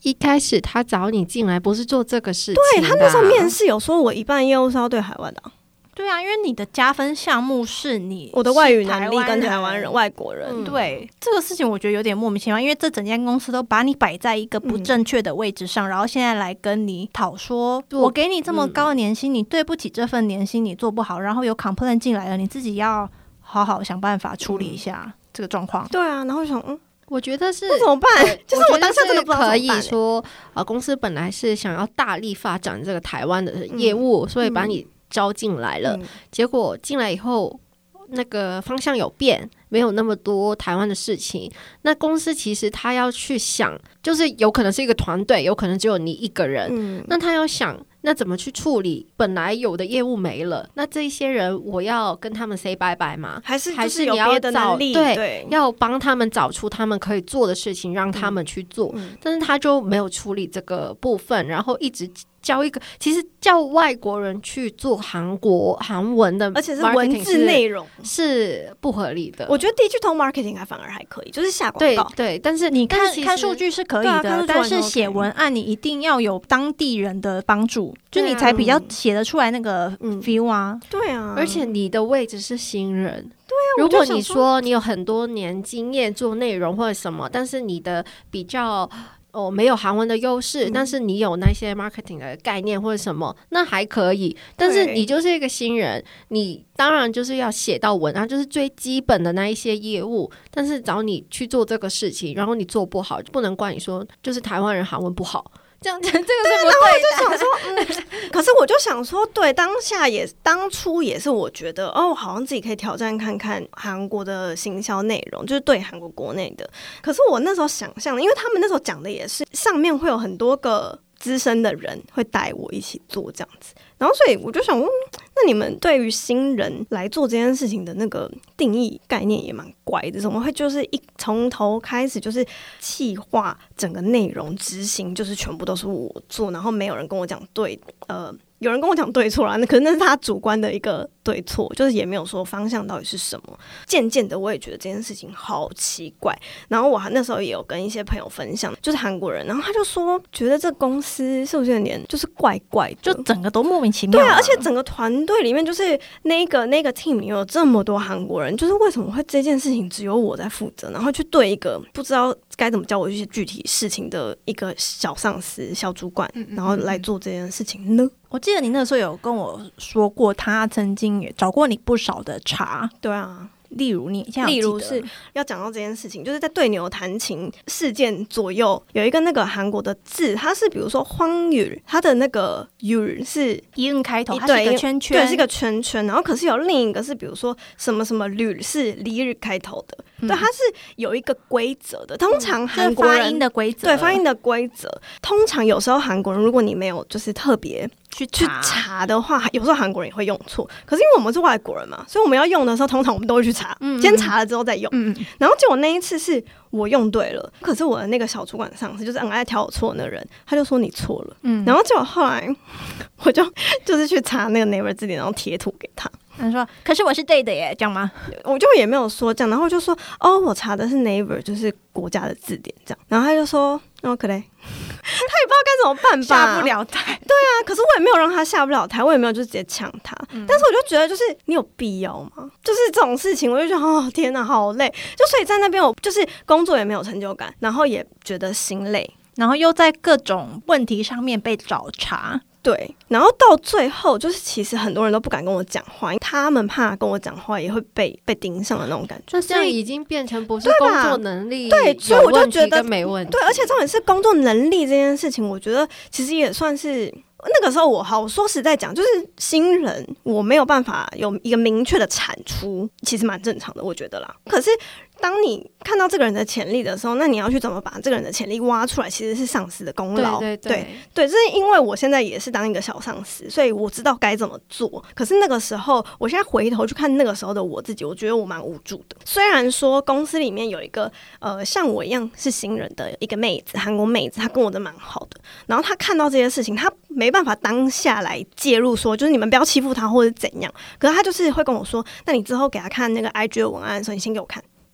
一开始他找你进来不是做这个事情的、啊、 对，他那时候面试有说我一半业务是要对海外的、啊， 对啊，因为你的加分项目是你我的外语能力跟台湾人、外国人、 嗯。对这个事情，我觉得有点莫名其妙，因为这整间公司都把你摆在一个不正确的位置上、嗯，然后现在来跟你讨说，我给你这么高的年薪、嗯，你对不起这份年薪，你做不好，然后有 complaint 进来了，你自己要好好想办法处理一下这个状况、嗯。 对啊，然后就想，嗯。 我觉得是那怎么办？就是我当下真的不知道怎么办、欸、 可以说，呃，公司本来是想要大力发展这个台湾的业务、嗯，所以把你招进来了。嗯、结果进来以后，那个方向有变，没有那么多台湾的事情。那公司其实他要去想，就是有可能是一个团队，有可能只有你一个人。嗯、那他要想。那怎么去处理本来有的业务没了？那这一些人我要跟他们 say bye bye 吗？ 还是还是你要找对, 对要帮他们找出他们可以做的事情，让他们去做、嗯、但是他就没有处理这个部分，然后一直教一个其实叫外国人去做韩国韩文的， 而且是文字内容是不合理的。 我觉得 digital marketing 还反而还可以，就是下广告。 对对，但是你看看数据是可以的、啊、但是写文案你一定要有当地人的帮助，就你才比较写得出来那个 feel 啊、 嗯、对啊， 而且你的位置是新人， 对啊， 如果你说你有很多年经验做内容或者什么，但是你的比较哦没有韩文的优势、嗯、但是你有那些 marketing 的概念或者什么，那还可以。但是你就是一个新人，你当然就是要写到文案，就是最基本的那一些业务，但是找你去做这个事情，然后你做不好，就不能怪你说就是台湾人韩文不好，这样这个是不对的。 然后我就想说，嗯，可是我就想说，对，当下也当初也是我觉得，哦，好像自己可以挑战看看韩国的行销内容，就是对韩国国内的。可是我那时候想象，因为他们那时候讲的也是上面会有很多个资深的人会带我一起做这样子，然后所以我就想，嗯，那你们对于新人来做这件事情的那个定义概念也蛮怪的，怎么会就是一从头开始就是企划整个内容执行就是全部都是我做，然后没有人跟我讲对，呃，有人跟我讲对错啦，那可能那是他主观的一个对错，就是也没有说方向到底是什么。渐渐的我也觉得这件事情好奇怪，然后我那时候也有跟一些朋友分享，就是韩国人，然后他就说觉得这公司是不是有点就是怪怪的， 就整个都莫名其妙、啊、 对啊，而且整个团队里面就是那个那个 team 里有这么多韩国人，就是为什么会这件事情只有我在负责，然后去对一个不知道该怎么教我一些具体事情的一个小上司小主管，然后来做这件事情呢？ 我记得你那时候有跟我说过，他曾经也找过你不少的茬。 对啊， 例如你现在例如是要讲到这件事情，就是在对牛弹琴事件左右有一个那个韩国的字，它是比如说荒语，它的那个语是音开头，它是一个圈圈， 对，是一个圈圈，然后可是有另一个是比如说什么什么吕是离日开头的、嗯、对，它是有一个规则的，通常韩国人、 嗯、发音的规则， 对，发音的规则，通常有时候韩国人如果你没有就是特别去查, 去查的话，有时候韩国人也会用错，可是因为我们是外国人嘛，所以我们要用的时候通常我们都会去查，嗯嗯，先查了之后再用，嗯嗯，然后结果那一次是我用对了，可是我的那个小主管上司就是很爱挑我错的那人，他就说你错了，嗯，然后结果后来我就就是去查那个 Naver 字典，然后贴图给他， 他说可是我是对的耶，这样吗？ 我就也没有说这样，然后就说哦我查的是 Naver 就是国家的字典这样，然后他就说哦可嘞他也不知道该怎么办吧， 下不了台。 对啊，可是我也没有让他下不了台，我也没有就直接呛他、嗯、但是我就觉得就是你有必要吗？就是这种事情我就觉得哦天哪好累，就所以在那边我就是工作也没有成就感，然后也觉得心累， 然后又在各种问题上面被找茬。 对，然后到最后就是其实很多人都不敢跟我讲话，他们怕跟我讲话也会被被盯上的那种感觉， 那这样已经变成不是工作能力对，所以我就觉得没问题。 对，而且重点是工作能力这件事情，我觉得其实也算是那个时候我好，我说实在讲，就是新人我没有办法有一个明确的产出，其实蛮正常的，我觉得啦。可是当你看到这个人的潜力的时候，那你要去怎么把这个人的潜力挖出来，其实是上司的功劳。 对对对对对，就是因为我现在也是当一个小上司，所以我知道该怎么做。可是那个时候，我现在回头去看那个时候的我自己，我觉得我蛮无助的。虽然说公司里面有一个呃像我一样是新人的一个妹子，韩国妹子，她跟我的蛮好的，然后她看到这些事情，她没办法当下来介入说，就是你们不要欺负她或者怎样。可是她就是会跟我说，那你之后给她看那个 I G 的文案的时候，你先给我看。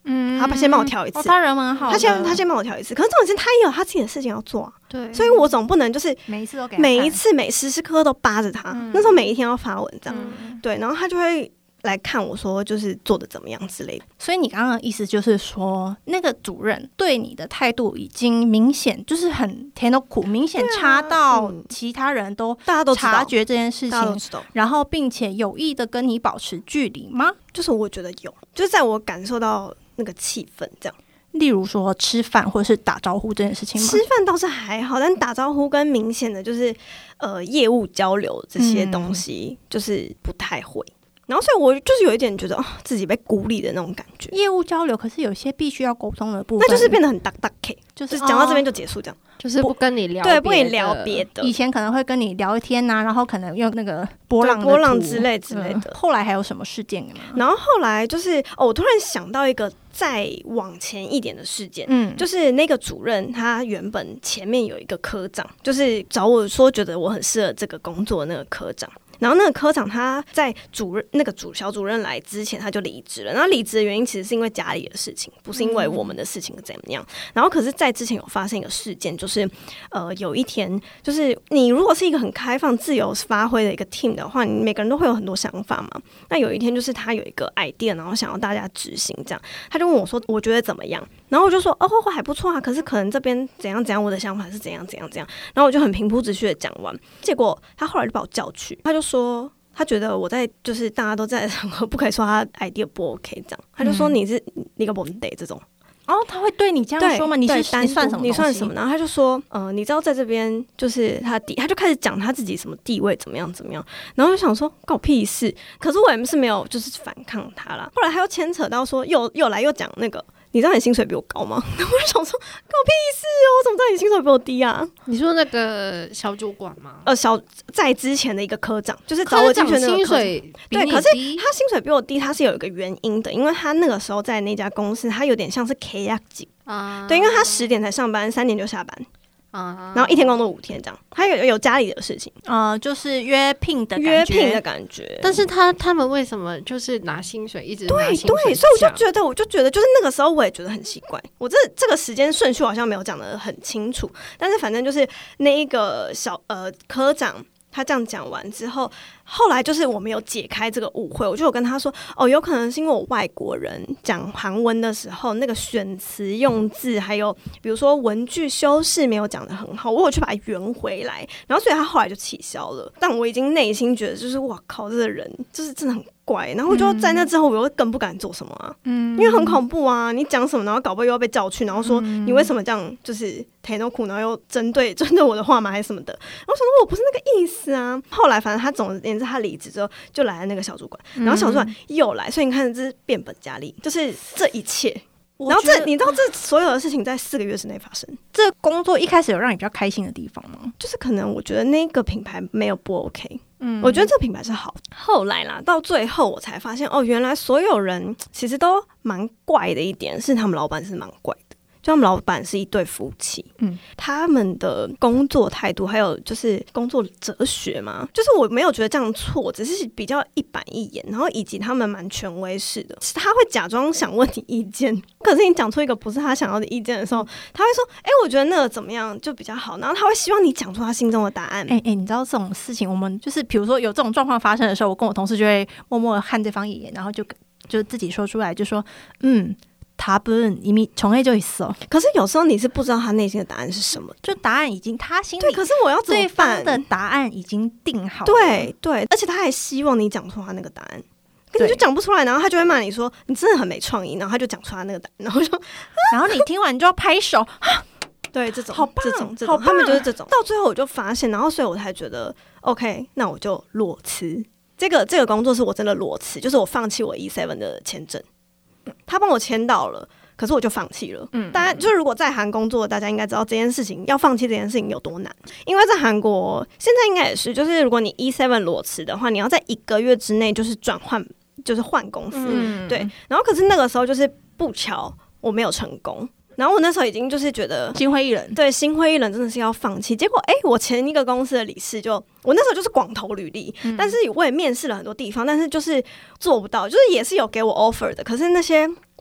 嗯，他先帮我挑一次， 哦、他人蛮好的， 他先他先帮我挑一次，可是重点是他也有他自己的事情要做啊， 对， 所以我总不能就是每一次都给他每一次每时时刻刻都扒着他、嗯，那时候每一天要发文这样、嗯，对，然后他就会来看我说就是做的怎么样之类的。 所以你刚刚的意思就是说，那个主任对你的态度已经明显就是很甜的苦，明显差到其他人都大家都察觉这件事情， 知然后并且有意的跟你保持距离吗？ 就是我觉得有，就是在我感受到那个气氛这样。 例如说吃饭或者是打招呼这件事情吗？ 吃饭倒是还好，但打招呼跟明显的就是呃业务交流这些东西就是不太会。嗯，然后所以我就是有一点觉得、哦、自己被孤立的那种感觉。 业务交流可是有些必须要沟通的部分， 那就是变得很大大 K， 就是讲到这边就结束这样、哦、 就是不跟你聊， 对，不跟你聊别的。 以前可能会跟你聊天啊，然后可能用那个波浪的波浪之类之类的、嗯、 后来还有什么事件吗？ 然后后来就是哦，我突然想到一个再往前一点的事件，嗯，就是那个主任他原本前面有一个科长，就是找我说觉得我很适合这个工作的那个科长，然后那个科长他在主任那个主小主任来之前他就离职了，然后离职的原因其实是因为家里的事情，不是因为我们的事情怎么样。然后可是在之前有发生一个事件，就是呃有一天就是你如果是一个很开放自由发挥的一个 team 的话，你每个人都会有很多想法嘛。那有一天就是他有一个 idea， 然后想要大家执行这样，他就问我说我觉得怎么样，然后我就说哦还不错啊，可是可能这边怎样怎样，我的想法是怎样怎样怎样，然后我就很平铺直叙的讲完，结果他后来就把我叫去，他就说他觉得我在就是大家都在场合不可以说他 idea 不 OK 这样，他就说你是那个 one day 这种。 哦，他会对你这样说吗？你是你算什么？ 你算什么？然后他就说，呃，你知道在这边就是他地，他就开始讲他自己什么地位怎么样怎么样。然后就想说，关我屁事。可是我也是没有就是反抗他啦。后来他又牵扯到说，又又来又讲那个，你知道你薪水比我高吗？然后我就想说，关我屁事哦，我怎么知道你薪水比我低啊？ 你说那个小主管吗？ 呃，小在之前的一个科长，就是找我进去那个薪水比你低， 对，可是他薪水比我低，他是有一个原因的，因为他那个时候在那家公司，他有点像是 K 压级。啊，对，因为他十点才上班，三点就下班，啊，然后一天工作五天这样，他有有家里的事情， 呃，就是约聘的感觉约聘的感觉。 但是他他们为什么就是拿薪水一直拿薪水？ 对对，所以我就觉得，我就觉得，就是那个时候我也觉得很奇怪，我这这个时间顺序好像没有讲得很清楚，但是反正就是那一个小呃科长。他这样讲完之后，后来就是我们有解开这个误会，我就有跟他说，哦，有可能是因为我外国人讲韩文的时候，那个选词用字，还有比如说文句修饰没有讲得很好，我有去把它圆回来，然后所以他后来就取消了。但我已经内心觉得，就是哇靠，这个人就是真的很怪。然后我就在那之后，我又更不敢做什么啊，嗯，因为很恐怖啊，你讲什么，然后搞不好又要被叫去，然后说、嗯、你为什么这样，就是抬头苦，然后又针对针对我的话吗，还是什么的？然后我想说我不是那个意思啊。后来反正他总而言之，他离职之后就来了那个小主管，然后小主管又来，所以你看这是变本加厉，就是这一切。然后这你知道这所有的事情在四个月之内发生。 这工作一开始有让你比较开心的地方吗？ 就是可能我觉得那个品牌没有不 OK， 嗯，我觉得这个品牌是好。后来啦，到最后我才发现，哦，原来所有人其实都蛮怪的一点是，他们老板是蛮怪的。就他们老板是一对夫妻，嗯，他们的工作态度还有就是工作哲学嘛，就是我没有觉得这样错，只是比较一板一眼，然后以及他们蛮权威式的，他会假装想问你意见，可是你讲出一个不是他想要的意见的时候，他会说，哎、欸，我觉得那个怎么样就比较好，然后他会希望你讲出他心中的答案。 哎、欸、哎、欸，你知道这种事情，我们就是比如说有这种状况发生的时候，我跟我同事就会默默的看对方一眼，然后就就自己说出来，就说，嗯。他不이미 정해져 있어。 可是有时候你是不知道他内心的答案是什么， 就答案已经他心里对，可是我要怎么办？ 对方的答案已经定好了， 对对，而且他还希望你讲出他那个答案，可你就讲不出来，然后他就会骂你说你真的很没创意，然后他就讲出他那个答案，然后就， 然后你听完就要拍手， 对，这种好棒， 这种这种，他们就是这种。到最后我就发现，然后所以我才觉得 OK， 那我就裸辞。这个这个工作是我真的裸辞，就是我放弃我 E 七 的签证。他帮我签到了，可是我就放弃了。嗯，大家就是如果在韩工作，大家应该知道这件事情要放弃这件事情有多难。因为在韩国现在应该也是，就是如果你 E 七 裸辞的话，你要在一个月之内就是转换，就是换公司。嗯，对。然后可是那个时候就是不巧我没有成功。然后我那时候已经就是觉得心灰意冷， 对，心灰意冷真的是要放弃。结果哎、欸，我前一个公司的理事就，我那时候就是广投履历、嗯，但是我也面试了很多地方，但是就是做不到，就是也是有给我 offer 的，可是那些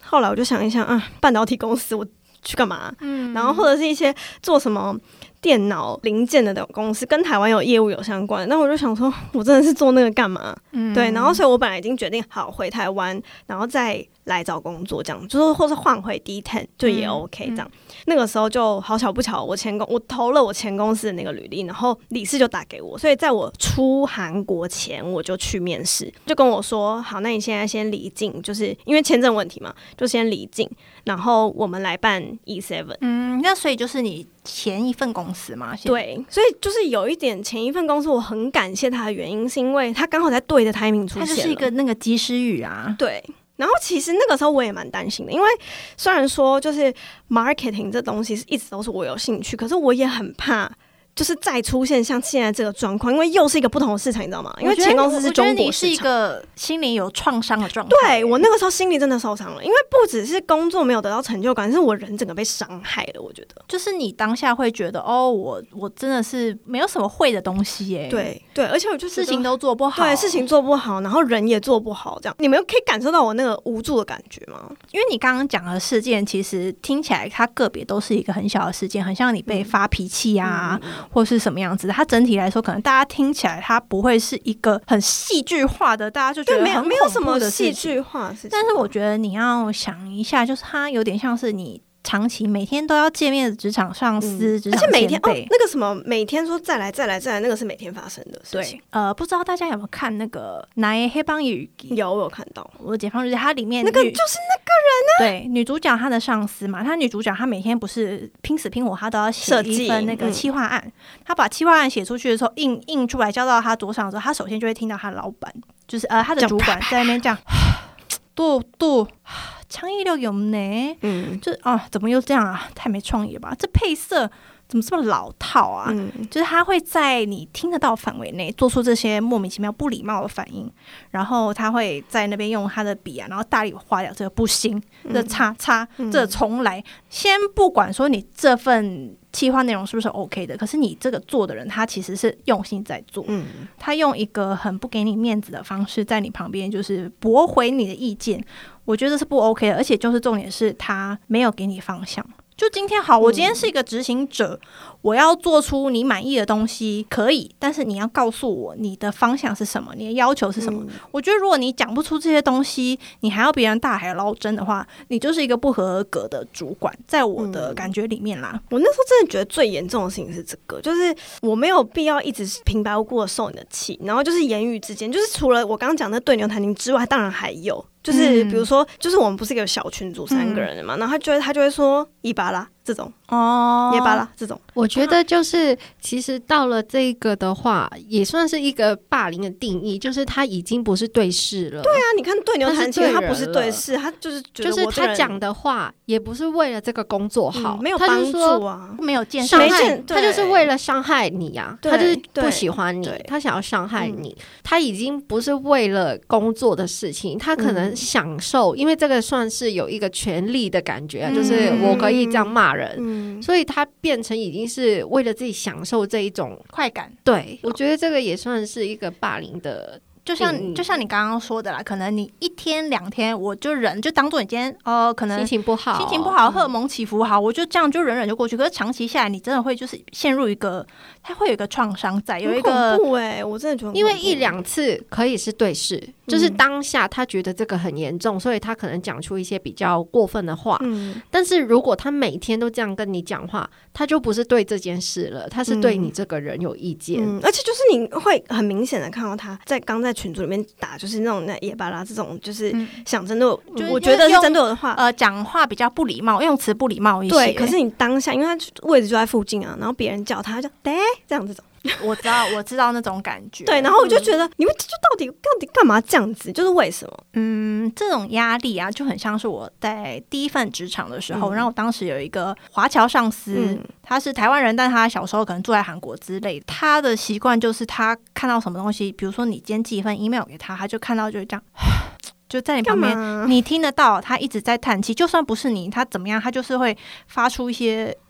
后来我就想一想啊，半导体公司我去干嘛？嗯，然后或者是一些做什么电脑零件的公司，跟台湾有业务有相关，那我就想说，我真的是做那个干嘛？嗯，对，然后所以我本来已经决定好回台湾，然后再来找工作，这样就是或是换回 D 十 就也 OK 这样。嗯嗯、那个时候就好巧不巧，我前公我投了我前公司的那个履历，然后理事就打给我，所以在我出韩国前我就去面试，就跟我说，好，那你现在先离境，就是因为签证问题嘛，就先离境，然后我们来办 E 七。 嗯，那所以就是你前一份公司嘛， 对，所以就是有一点前一份公司我很感谢他的原因，是因为他刚好在对的 timing 出现了， 他就是一个那个及时雨啊， 对。然后其实那个时候我也蛮担心的，因为虽然说就是 marketing 这东西是一直都是我有兴趣，可是我也很怕就是再出现像现在这个状况，因为又是一个不同的市场，你知道吗？因为前公司是中国市场， 我觉得你是一个心里有创伤的状态。 对，我那个时候心里真的受伤了，因为不只是工作没有得到成就感，是我人整个被伤害了。我觉得， 就是你当下会觉得，哦，我我真的是没有什么会的东西耶。 对对，而且我就事情都做不好， 对，事情做不好，然后人也做不好，这样你们可以感受到我那个无助的感觉吗？ 因为你刚刚讲的事件，其实听起来它个别都是一个很小的事件，很像你被发脾气啊，嗯、或是什么样子。它整体来说，可能大家听起来它不会是一个很戏剧化的，大家就觉得很恐怖的事情， 没有没有什么戏剧化的事情。 但是我觉得你要想一下，就是它有点像是你长期每天都要见面的职场上司、职、嗯、场前辈，而且每天哦， 那个什么每天说再来再来再来，那个是每天发生的事情。 对，呃，不知道大家有没有看那个《哪黑帮日记》？ 有，我有看到。 我的解放日记，它里面那个就是那个人啊。对，女主角她的上司嘛，她女主角她每天不是拼死拼活，她都要写一份那个企划案。嗯、她把企划案写出去的时候，印印出来交到她桌上的时候，她首先就会听到她老板，就是呃她的主管在那边这样，嘟嘟。창의력이 없네，嗯，就啊，怎么又这样啊？太没创意了吧？这配色怎么这么老套啊？嗯，就是他会在你听得到范围内做出这些莫名其妙、不礼貌的反应，然后他会在那边用他的笔啊，然后大力划掉这个不行，嗯、这叉叉，嗯、这重来。先不管说你这份企划内容是不是 OK 的，可是你这个做的人，他其实是用心在做，嗯，他用一个很不给你面子的方式，在你旁边就是驳回你的意见。我觉得是不 OK 的，而且就是重点是他没有给你方向。就今天好，我今天是一个执行者，嗯、我要做出你满意的东西可以，但是你要告诉我你的方向是什么，你的要求是什么。嗯、我觉得如果你讲不出这些东西，你还要别人大海捞针的话，你就是一个不合格的主管，在我的感觉里面啦。 嗯、我那时候真的觉得最严重的事情是这个，就是我没有必要一直平白无故的受你的气，然后就是言语之间，就是除了我刚刚讲的对牛弹琴之外，当然还有。就是比如说，就是我们不是一个小群组三个人的嘛，嗯、然后他就会他就会说一巴拉这种哦，耶巴拉这种。 我觉得就是其实到了这个的话，也算是一个霸凌的定义，就是他已经不是对视了。 对啊，你看对牛弹琴，他不是对视，他就是觉得就是他讲的话也不是为了这个工作好， 嗯、没有帮助啊， 没有见伤害，他就是为了伤害你啊，他就是不喜欢你，他想要伤害你，嗯、他已经不是为了工作的事情，他可能。享受，因为这个算是有一个权利的感觉、啊嗯、就是我可以这样骂人、嗯、所以他变成已经是为了自己享受这一种快感。 对，我觉得这个也算是一个霸凌的， 就像就像你刚刚说的啦，可能你一天两天我就忍，就当做你今天呃可能心情不好， 心情不好，荷尔蒙起伏好，我就这样就忍忍就过去。可是长期下来，你真的会就是陷入一个，它会有一个创伤在，有一个很恐怖哎、欸，我真的觉得因为一两次可以是对视。就是当下他觉得这个很严重，所以他可能讲出一些比较过分的话、嗯、但是如果他每天都这样跟你讲话，他就不是对这件事了，他是对你这个人有意见、 嗯嗯、而且就是你会很明显的看到他在刚在群组里面打就是那种那耶巴拉这种就是想针对我、嗯、我觉得是针对我的话呃，讲话比较不礼貌，用词不礼貌一些。 对，可是你当下因为他位置就在附近啊，然后别人叫他就对这样这种我知道，我知道那种感觉。 对，然后我就觉得，嗯、你们就到底到底干嘛这样子？就是为什么？ 嗯，这种压力啊，就很像是我在第一份职场的时候，嗯、然后我当时有一个华侨上司，嗯、他是台湾人，但他小时候可能住在韩国之类的。他的习惯就是他看到什么东西，比如说你今天寄一份 email 给他，他就看到就是这样。就在你旁边，你听得到他一直在叹气，就算不是你，他怎么样，他就是会发出一些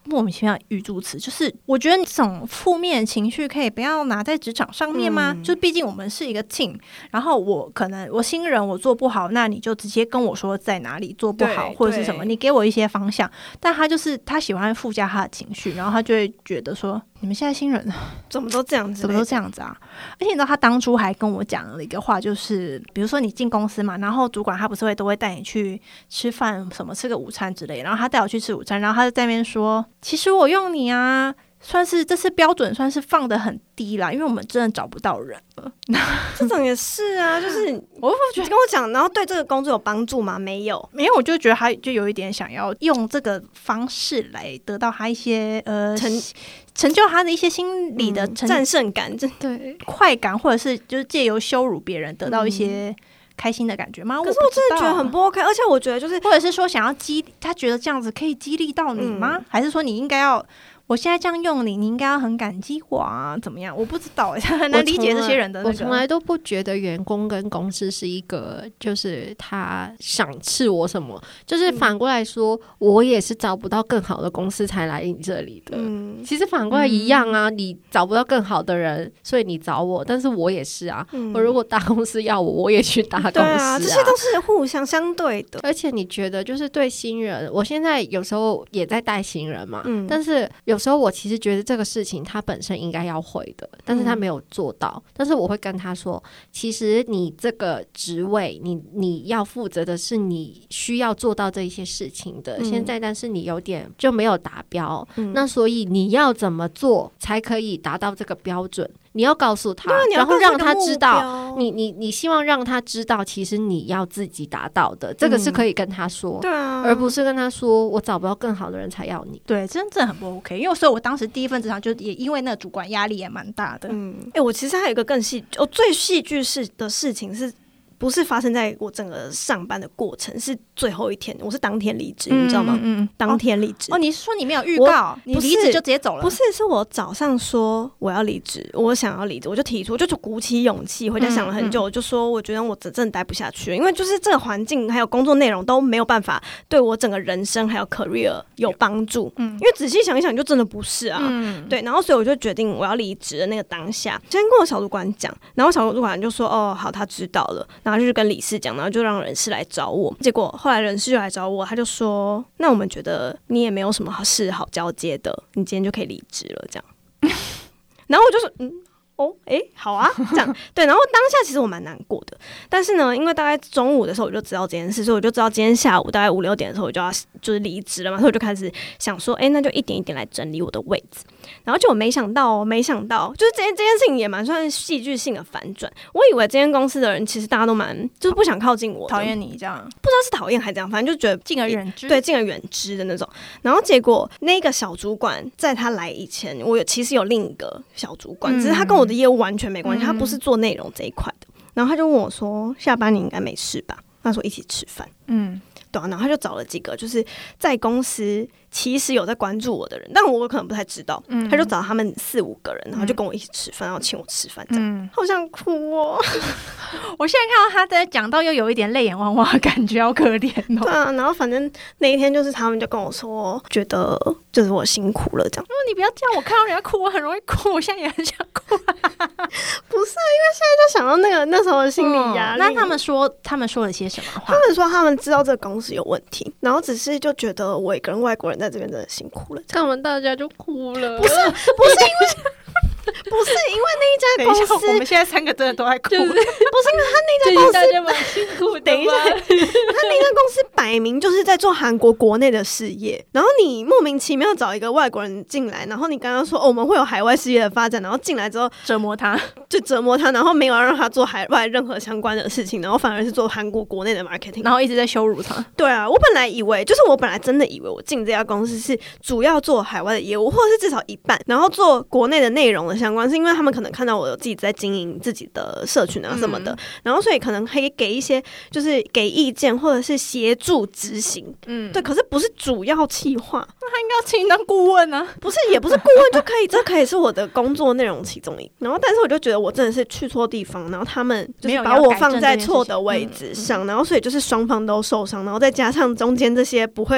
莫名其妙的语助词，就是我觉得这种负面情绪可以不要拿在职场上面吗？嗯、就毕竟我们是一个 team， 然后我可能我新人我做不好，那你就直接跟我说在哪里做不好或者是什么，你给我一些方向。但他就是他喜欢附加他的情绪，然后他就会觉得说你们现在新人怎么都这样子， 怎么都这样子啊！而且你知道他当初还跟我讲了一个话，就是比如说你进公司嘛，然后主管他不是会都会带你去吃饭什么吃个午餐之类的，然后他带我去吃午餐，然后他就在那边说其实我用你啊算是这次标准算是放得很低啦，因为我们真的找不到人了。 这种也是啊，就是我会觉得跟我讲，然后对这个工作有帮助吗？没有， 没有，我就觉得他就有一点想要用这个方式来得到他一些呃成成就他的一些心理的成、 嗯、战胜感， 对快感，或者是就是借由羞辱别人得到一些、嗯开心的感觉吗？ 可是我真的觉得很不 OK， 而且我觉得就是， 或者是说想要激，他觉得这样子可以激励到你吗？嗯、还是说你应该要，我现在这样用你，你应该要很感激我啊？怎么样？我不知道、欸，很难理解这些人的、那个。 我从来都不觉得员工跟公司是一个，就是他赏赐我什么，就是反过来说，嗯、我也是找不到更好的公司才来你这里的。嗯，其实反过来一样啊，嗯、你找不到更好的人，所以你找我，但是我也是啊。嗯、我如果大公司要我，我也去大公司、啊。对啊， 这些都是互相相对的。 而且你觉得，就是对新人，我现在有时候也在带新人嘛，嗯、但是有时候我其实觉得这个事情他本身应该要会的，但是他没有做到。嗯、但是我会跟他说，其实你这个职位，你你要负责的是你需要做到这一些事情的。嗯、现在，但是你有点就没有达标，嗯、那所以你要怎么做才可以达到这个标准？你要告诉他，然后让他知道，你你你希望让他知道，其实你要自己达到的，这个是可以跟他说， 对啊， 而不是跟他说我找不到更好的人才要你。 对，真的很不 OK。因为所以我当时第一份职场就也因为那个主管压力也蛮大的。 嗯，哎、欸，我其实还有一个更戏，我最戏剧式的事情是。不是发生在我整个上班的过程，是最后一天，我是当天离职，嗯、你知道吗？嗯，当天离职。 哦，你是说你没有预告，你离职就直接走了？ 不是，是我早上说我要离职，我想要离职，我就提出，我就鼓起勇气，回家想了很久，嗯、我就说我觉得我真的待不下去了，因为就是这个环境还有工作内容都没有办法对我整个人生还有 career 有帮助。嗯，因为仔细想一想，就真的不是啊。嗯，对，然后所以我就决定我要离职的那个当下，先跟我小主管讲，然后小主管就说哦好，他知道了。然后就去跟理事讲，然后就让人事来找我。结果后来人事就来找我，他就说：“那我们觉得你也没有什么事好交接的，你今天就可以离职了。”这样，然后我就说：“嗯。”哦，哎、欸，好啊，这样对，然后当下其实我蛮难过的，但是呢，因为大概中午的时候我就知道这件事，所以我就知道今天下午大概五六点的时候我就要就是离职了嘛，所以我就开始想说，哎、欸，那就一点一点来整理我的位置，然后就我没想到哦，没想到就是这件这件事情也蛮算戏剧性的反转，我以为这间公司的人其实大家都蛮就是不想靠近我， 讨厌你这样， 不知道是讨厌还是这样，反正就觉得敬而远之， 对，敬而远之的那种。然后结果那个小主管在他来以前，我有其实有另一个小主管，嗯、只是他跟我的业务完全没关系。他不是做内容这一块的，然后他就问我说：“下班你应该没事吧？”他说：“一起吃饭。”嗯，对啊，然后他就找了几个就是在公司其实有在关注我的人，但我可能不太知道。嗯，他就找他们四五个人，然后就跟我一起吃饭，然后请我吃饭，这样，嗯、好想哭哦！ 我现在看到他在讲到又有一点泪眼汪汪的感觉，好可怜哦。 对啊，然后反正那一天就是他们就跟我说，觉得就是我辛苦了这样。 嗯，你不要这样，我看到人家哭，我很容易哭，我现在也很想哭。 不是，因为现在就想到那个那时候的心理压力。 嗯、那他们说，他们说了些什么话？ 他们说他们知道这个公司有问题，然后只是就觉得我一个人外国人在这边真的辛苦了， 看完大家就哭了。 不是，不是因为。不是因为那一家公司， 我们现在三个真的都在哭。就是、不是因为他那家公司， 大家蛮辛苦的。 等一下，他那家公司摆明就是在做韩国国内的事业，然后你莫名其妙找一个外国人进来，然后你刚刚说、哦、我们会有海外事业的发展，然后进来之后折磨他， 就折磨他，然后没有让他做海外任何相关的事情，然后反而是做韩国国内的 marketing， 然后一直在羞辱他。 对啊，我本来以为就是我本来真的以为我进这家公司是主要做海外的业务，或者是至少一半，然后做国内的内容的相关，是因为他们可能看到我有自己在经营自己的社群啊什么的、嗯、然后所以可能可以给一些就是给意见或者是协助执行，嗯，对，可是不是主要企划， 那他应该要请你当顾问啊， 不是，也不是顾问就可以，这可以是我的工作内容其中一，然后但是我就觉得我真的是去错地方，然后他们就是把我放在错的位置上、嗯、然后所以就是双方都受伤，然后再加上中间这些不会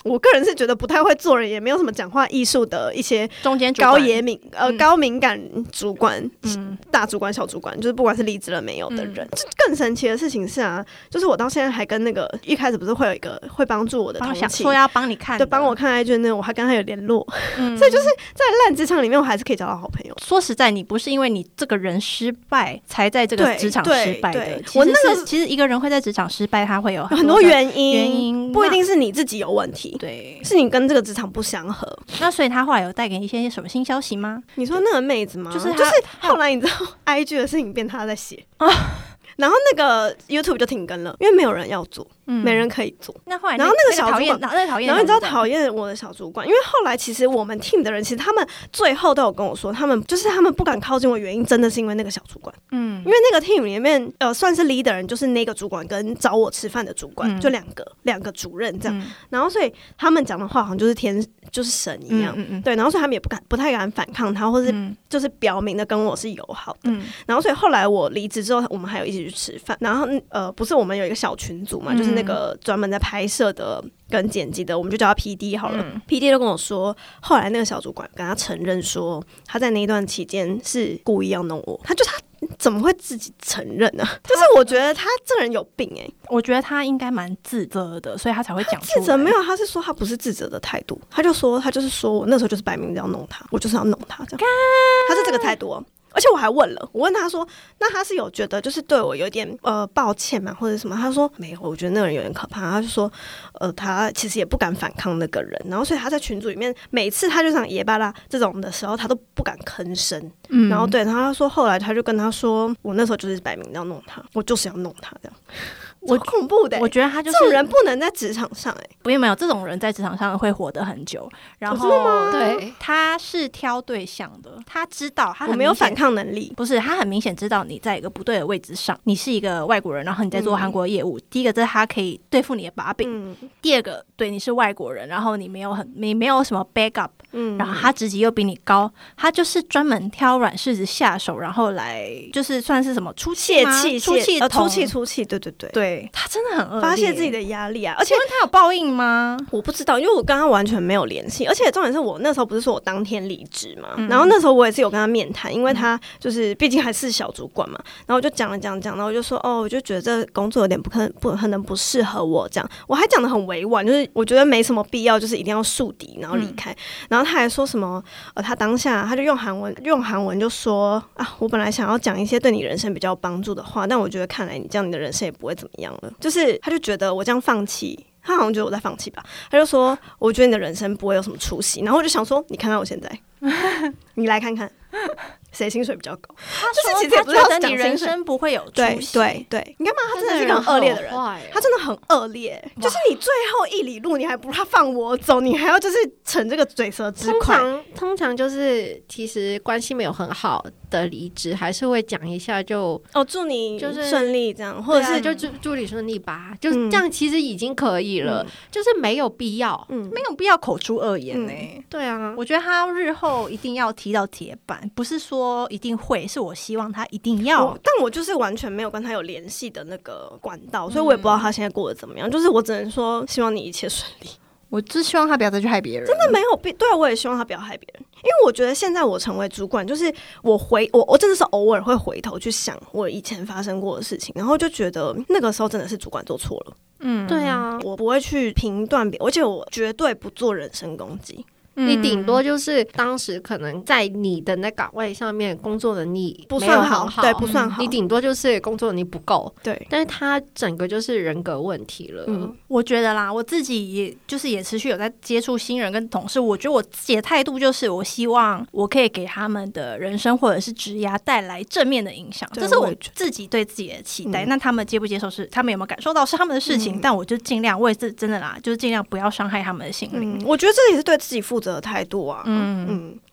我个人是觉得不太会做人，也没有什么讲话艺术的一些中间高野敏呃、嗯、高敏感主管、 嗯、 大主管小主管，就是不管是离职了没有的人、嗯、更神奇的事情是啊，就是我到现在还跟那个一开始不是会有一个会帮助我的同期说要帮你看对帮我看 I G 那我还跟他有联络、嗯、所以就是在烂职场里面我还是可以交到好朋友。 说实在你不是因为你这个人失败才在这个职场失败的，其实我那个其实一个人会在职场失败他会有很多原因原因不一定是你自己有问题， 对， 是你跟这个职场不相合。 那所以他后来有带给你一些什么新消息吗？ 你说那个妹子吗？ 就是就是后来你知道 I G 的事情变他在写啊，然后那个 YouTube 就停更了，因为没有人要做、嗯、没人可以做。 那后来、那然后那个小主管、 那个、 然后你知道讨厌我的小主管，因为后来其实我们 team 的人其实他们最后都有跟我说，他们就是他们不敢靠近我的原因真的是因为那个小主管。嗯，因为那个 team 里面呃算是 leader 人就是那个主管跟找我吃饭的主管、嗯、就两个两个主任这样、嗯、然后所以他们讲的话好像就是天就是神一样、嗯嗯嗯、对，然后所以他们也不敢不太敢反抗他，或是就是表明的跟我是友好的、嗯、然后所以后来我离职之后我们还有一起去吃饭，然后呃不是我们有一个小群组嘛、嗯、就是那个专门在拍摄的跟剪辑的，我们就叫他 P D 好了、嗯、P D 就跟我说后来那个小主管跟他承认说他在那一段期间是故意要弄我，他就他怎么会自己承认呢、啊？就是我觉得他这个人有病哎、欸， 我觉得他应该蛮自责的，所以他才会讲出来。 自责没有，他是说他不是自责的态度，他就说他就是说我那时候就是摆明要弄他，我就是要弄他这样，他是这个态度、哦。而且我还问了，我问他说，那他是有觉得就是对我有点呃抱歉嘛，或者什么？他说没有，我觉得那个人有点可怕。他就说，呃，他其实也不敢反抗那个人，然后所以他在群组里面，每次他就想耶巴拉这种的时候，他都不敢吭声。嗯，然后对，然后他说后来他就跟他说，我那时候就是摆明要弄他，我就是要弄他这样。我恐怖的、欸， 我觉得他就是这种人不能在职场上哎、欸， 不，没有这种人在职场上会活得很久。然后对，他是挑对象的，他知道他很我没有反抗能力， 不是他很明显知道你在一个不对的位置上，你是一个外国人，然后你在做韩国业务。嗯、第一个，这是他可以对付你的把柄；嗯、第二个，对你是外国人，然后你没有很你没有什么 backup，嗯，然后他职级又比你高，他就是专门挑软柿子下手，然后来就是算是什么出气吗？ 气出气呃出气出气，对对对对。他真的很恶劣， 发泄自己的压力啊！而且他有报应吗？ 我不知道，因为我跟他完全没有联系。而且重点是我那时候不是说我当天离职嘛、嗯，然后那时候我也是有跟他面谈，因为他就是毕竟还是小主管嘛。然后我就讲了讲讲，然后我就说哦，我就觉得这工作有点不可能不可能不适合我这样。我还讲得很委婉，就是我觉得没什么必要，就是一定要树敌然后离开、嗯。然后他还说什么呃，他当下他就用韩文用韩文就说啊，我本来想要讲一些对你人生比较有帮助的话，但我觉得看来你这样你的人生也不会怎么样了。就是他就觉得我这样放弃，他好像觉得我在放弃吧，他就说我觉得你的人生不会有什么出息。然后我就想说你看看我现在你来看看谁薪水比较高。 他说其实也不是他觉得你人生不会有出息， 对对对，你看嘛，他真的是一个很恶劣的人，他真的很恶劣，就是你最后一里路你还不他放我走，你还要就是逞这个嘴舌之快。 通常通常就是其实关系没有很好的离职还是会讲一下就哦祝你就是顺利这样，或者是、 啊、就祝祝你顺利吧，就这样其实已经可以了、嗯、就是没有必要、 嗯、没有必要口出恶言、欸嗯、 对啊， 我觉得他日后一定要踢到铁板，不是说一定会，是我希望他一定要、 哦、但我就是完全没有跟他有联系的那个管道，所以我也不知道他现在过得怎么样、嗯、就是我只能说希望你一切顺利。 我只希望他不要再去害别人， 真的没有必对，我也希望他不要害别人，因为我觉得现在我成为主管，就是我回我我真的是偶尔会回头去想我以前发生过的事情，然后就觉得那个时候真的是主管做错了。 嗯，对啊， 我不会去评断别人，而且我绝对不做人身攻击。 你顶多就是当时可能在你的那岗位上面工作能力不算好，对，不算好。 你顶多就是工作能力不够， 对。 但是他整个就是人格问题了。 嗯，我觉得啦，我自己也就是也持续有在接触新人跟同事，我觉得我自己的态度就是，我希望我可以给他们的人生或者是职业带来正面的影响，这是我自己对自己的期待。嗯、那他们接不接受是他们有没有感受到是他们的事情，嗯、但我就尽量，我也是真的啦，就是尽量不要伤害他们的心灵。 嗯、我觉得这也是对自己负责的态度啊。嗯嗯，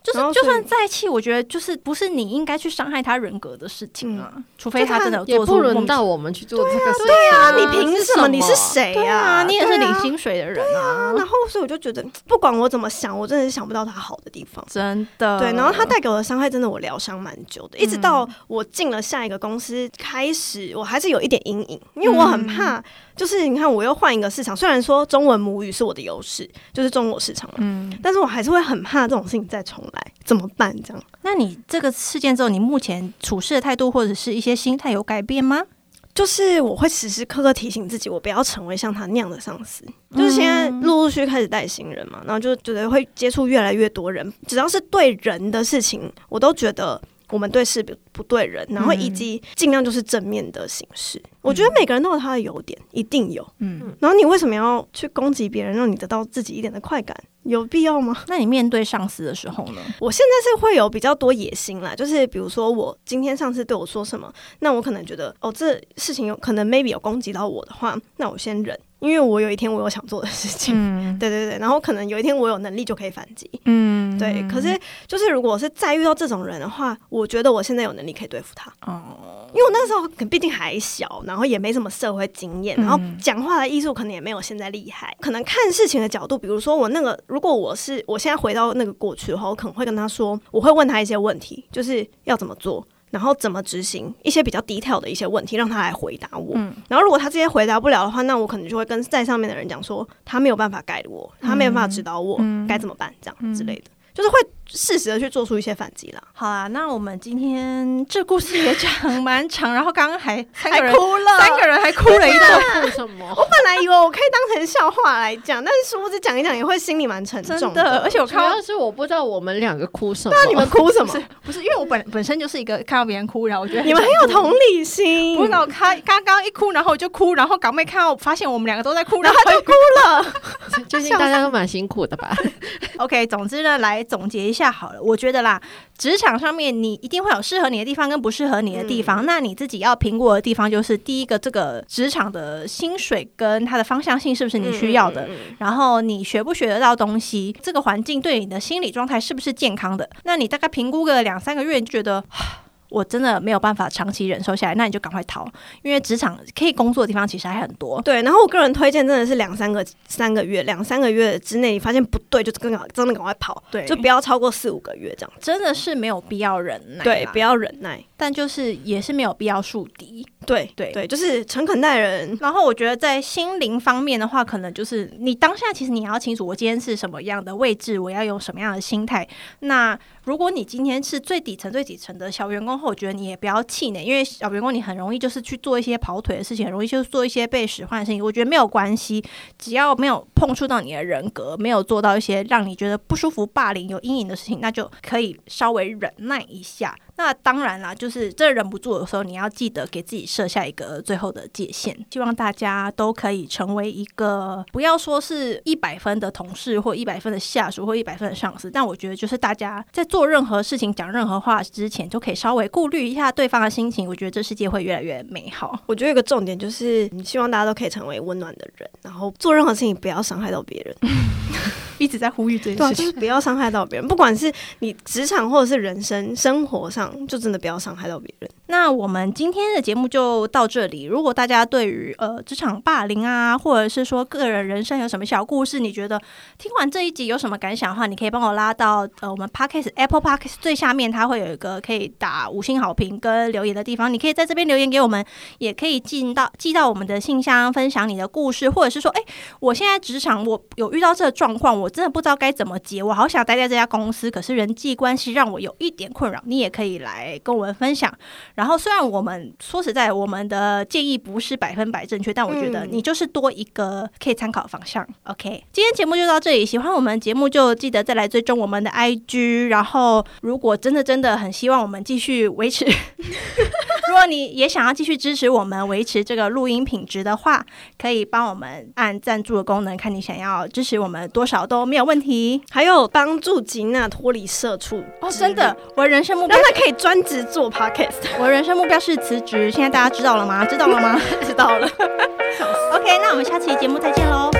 就是就算在一起，我觉得就是不是你应该去伤害他人格的事情啊，嗯、除非他真的有做出。 也不轮到我们去做这个事情。 对啊，对啊，你凭什么？你是谁啊？ 啊？ 你也是领薪水的人啊。 啊然后所以我就觉得，不管我怎么想，我真的是想不到他好的地方， 真的。 对，然后他带给我的伤害，真的我疗伤蛮久的，一直到我进了下一个公司开始，我还是有一点阴影，因为我很怕。嗯就是你看，我又换一个市场，虽然说中文母语是我的优势，就是中国市场嘛，嗯，但是我还是会很怕这种事情再重来，怎么办？这样？ 那你这个事件之后，你目前处事的态度或者是一些心态有改变吗？ 就是我会时时刻刻提醒自己，我不要成为像他那样的上司。就是现在陆陆续续开始带新人嘛，然后就觉得会接触越来越多人，只要是对人的事情，我都觉得。我们对事不对人，然后以及尽量就是正面的形式。嗯、我觉得每个人都有他的优点，一定有。嗯，然后你为什么要去攻击别人，让你得到自己一点的快感？有必要吗？ 那你面对上司的时候呢？ 我现在是会有比较多野心啦，就是比如说我今天上司对我说什么，那我可能觉得哦，这事情有可能 maybe 有攻击到我的话，那我先忍。因为我有一天我有想做的事情，嗯、对对对，然后可能有一天我有能力就可以反击，嗯，对。可是就是如果是再遇到这种人的话，我觉得我现在有能力可以对付他，哦，因为我那时候毕竟还小，然后也没什么社会经验，然后讲话的艺术可能也没有现在厉害，可能看事情的角度，比如说我那个，如果我是我现在回到那个过去的话，我可能会跟他说，我会问他一些问题，就是要怎么做。然后怎么执行一些比较 detail 的一些问题，让他来回答我。嗯、然后如果他这些回答不了的话，那我可能就会跟在上面的人讲说，他没有办法guide我，他没有办法指导我、嗯、该怎么办，这样之类的，就是会适时的去做出一些反击啦。 好啦，那我们今天这故事也讲蛮长，然后刚刚还三个人还哭了， 三个人还哭了一顿。 哭什么？ 我本来以为我可以当成笑话来讲，但是殊不知讲一讲也会心里蛮沉重的。 真的，而且我看到主要是我不知道我们两个哭什么。 那你们哭什么？ 不是，不是因为我本本身就是一个看到别人哭，然后我觉得你们很有同理心。 不是，我看刚刚一哭，然后我就哭，然后港妹看到发现我们两个都在哭， 然后他就哭了。 最近大家都蛮辛苦的吧 ？OK， 总之呢，来总结一下好了。我觉得啦，职场上面你一定会有适合你的地方跟不适合你的地方，嗯、那你自己要评估的地方就是第一个，这个职场的薪水跟它的方向性是不是你需要的，嗯、然后你学不学得到东西，这个环境对你的心理状态是不是健康的。那你大概评估个两三个月，你就觉得我真的没有办法长期忍受下来，那你就赶快逃，因为职场可以工作的地方其实还很多。 对，然后我个人推荐真的是两三个三个月，两三个月之内你发现不对，就真的真的赶快跑，对，就不要超过四五个月这样， 真的是没有必要忍耐， 对，不要忍耐， 但就是也是没有必要树敌。 对对对，就是诚恳待人。 然后我觉得在心灵方面的话，可能就是你当下其实你要清楚，我今天是什么样的位置，我要用什么样的心态。那如果你今天是最底层最底层的小员工后，我觉得你也不要气馁，因为小员工你很容易就是去做一些跑腿的事情，很容易就是做一些被使唤的事情。我觉得没有关系，只要没有碰触到你的人格，没有做到一些让你觉得不舒服、霸凌、有阴影的事情，那就可以稍微忍耐一下。那当然啦，就是这忍不住的时候，你要记得给自己设下一个最后的界限。希望大家都可以成为一个不要说是一百分的同事，或一百分的下属，或一百分的上司，但我觉得就是大家在做任何事情、讲任何话之前，就可以稍微顾虑一下对方的心情。我觉得这世界会越来越美好。 我觉得有一个重点就是，希望大家都可以成为温暖的人，然后做任何事情不要伤害到别人。 一直在呼吁这件事情， 对、啊，就是不要伤害到别人，不管是你职场或者是人生生活上，就真的不要伤害到别人。 那我们今天的节目就到这里。如果大家对于呃职场霸凌啊，或者是说个人人生有什么小故事，你觉得听完这一集有什么感想的话，你可以帮我拉到呃我们 Podcast Apple Podcast 最下面，它会有一个可以打五星好评跟留言的地方，你可以在这边留言给我们，也可以寄到寄到我们的信箱，分享你的故事，或者是说，哎、欸，我现在职场我有遇到这个状况，我真的不知道该怎么解，我好想待在这家公司，可是人际关系让我有一点困扰，你也可以来跟我们分享。然后虽然我们说实在，我们的建议不是百分百正确，但我觉得你就是多一个可以参考的方向。嗯、OK， 今天节目就到这里，喜欢我们节目就记得再来追踪我们的 I G。然后如果真的真的很希望我们继续维持，如果你也想要继续支持我们维持这个录音品质的话，可以帮我们按赞助的功能，看你想要支持我们多少都没有问题。 还有帮助吉娜脱离社畜哦，真的，我的人生目标让她可以专职做 podcast。 我的人生目标是辞职，现在大家知道了吗？知道了吗？ 知道了。 OK， 那我们下期节目再见喽。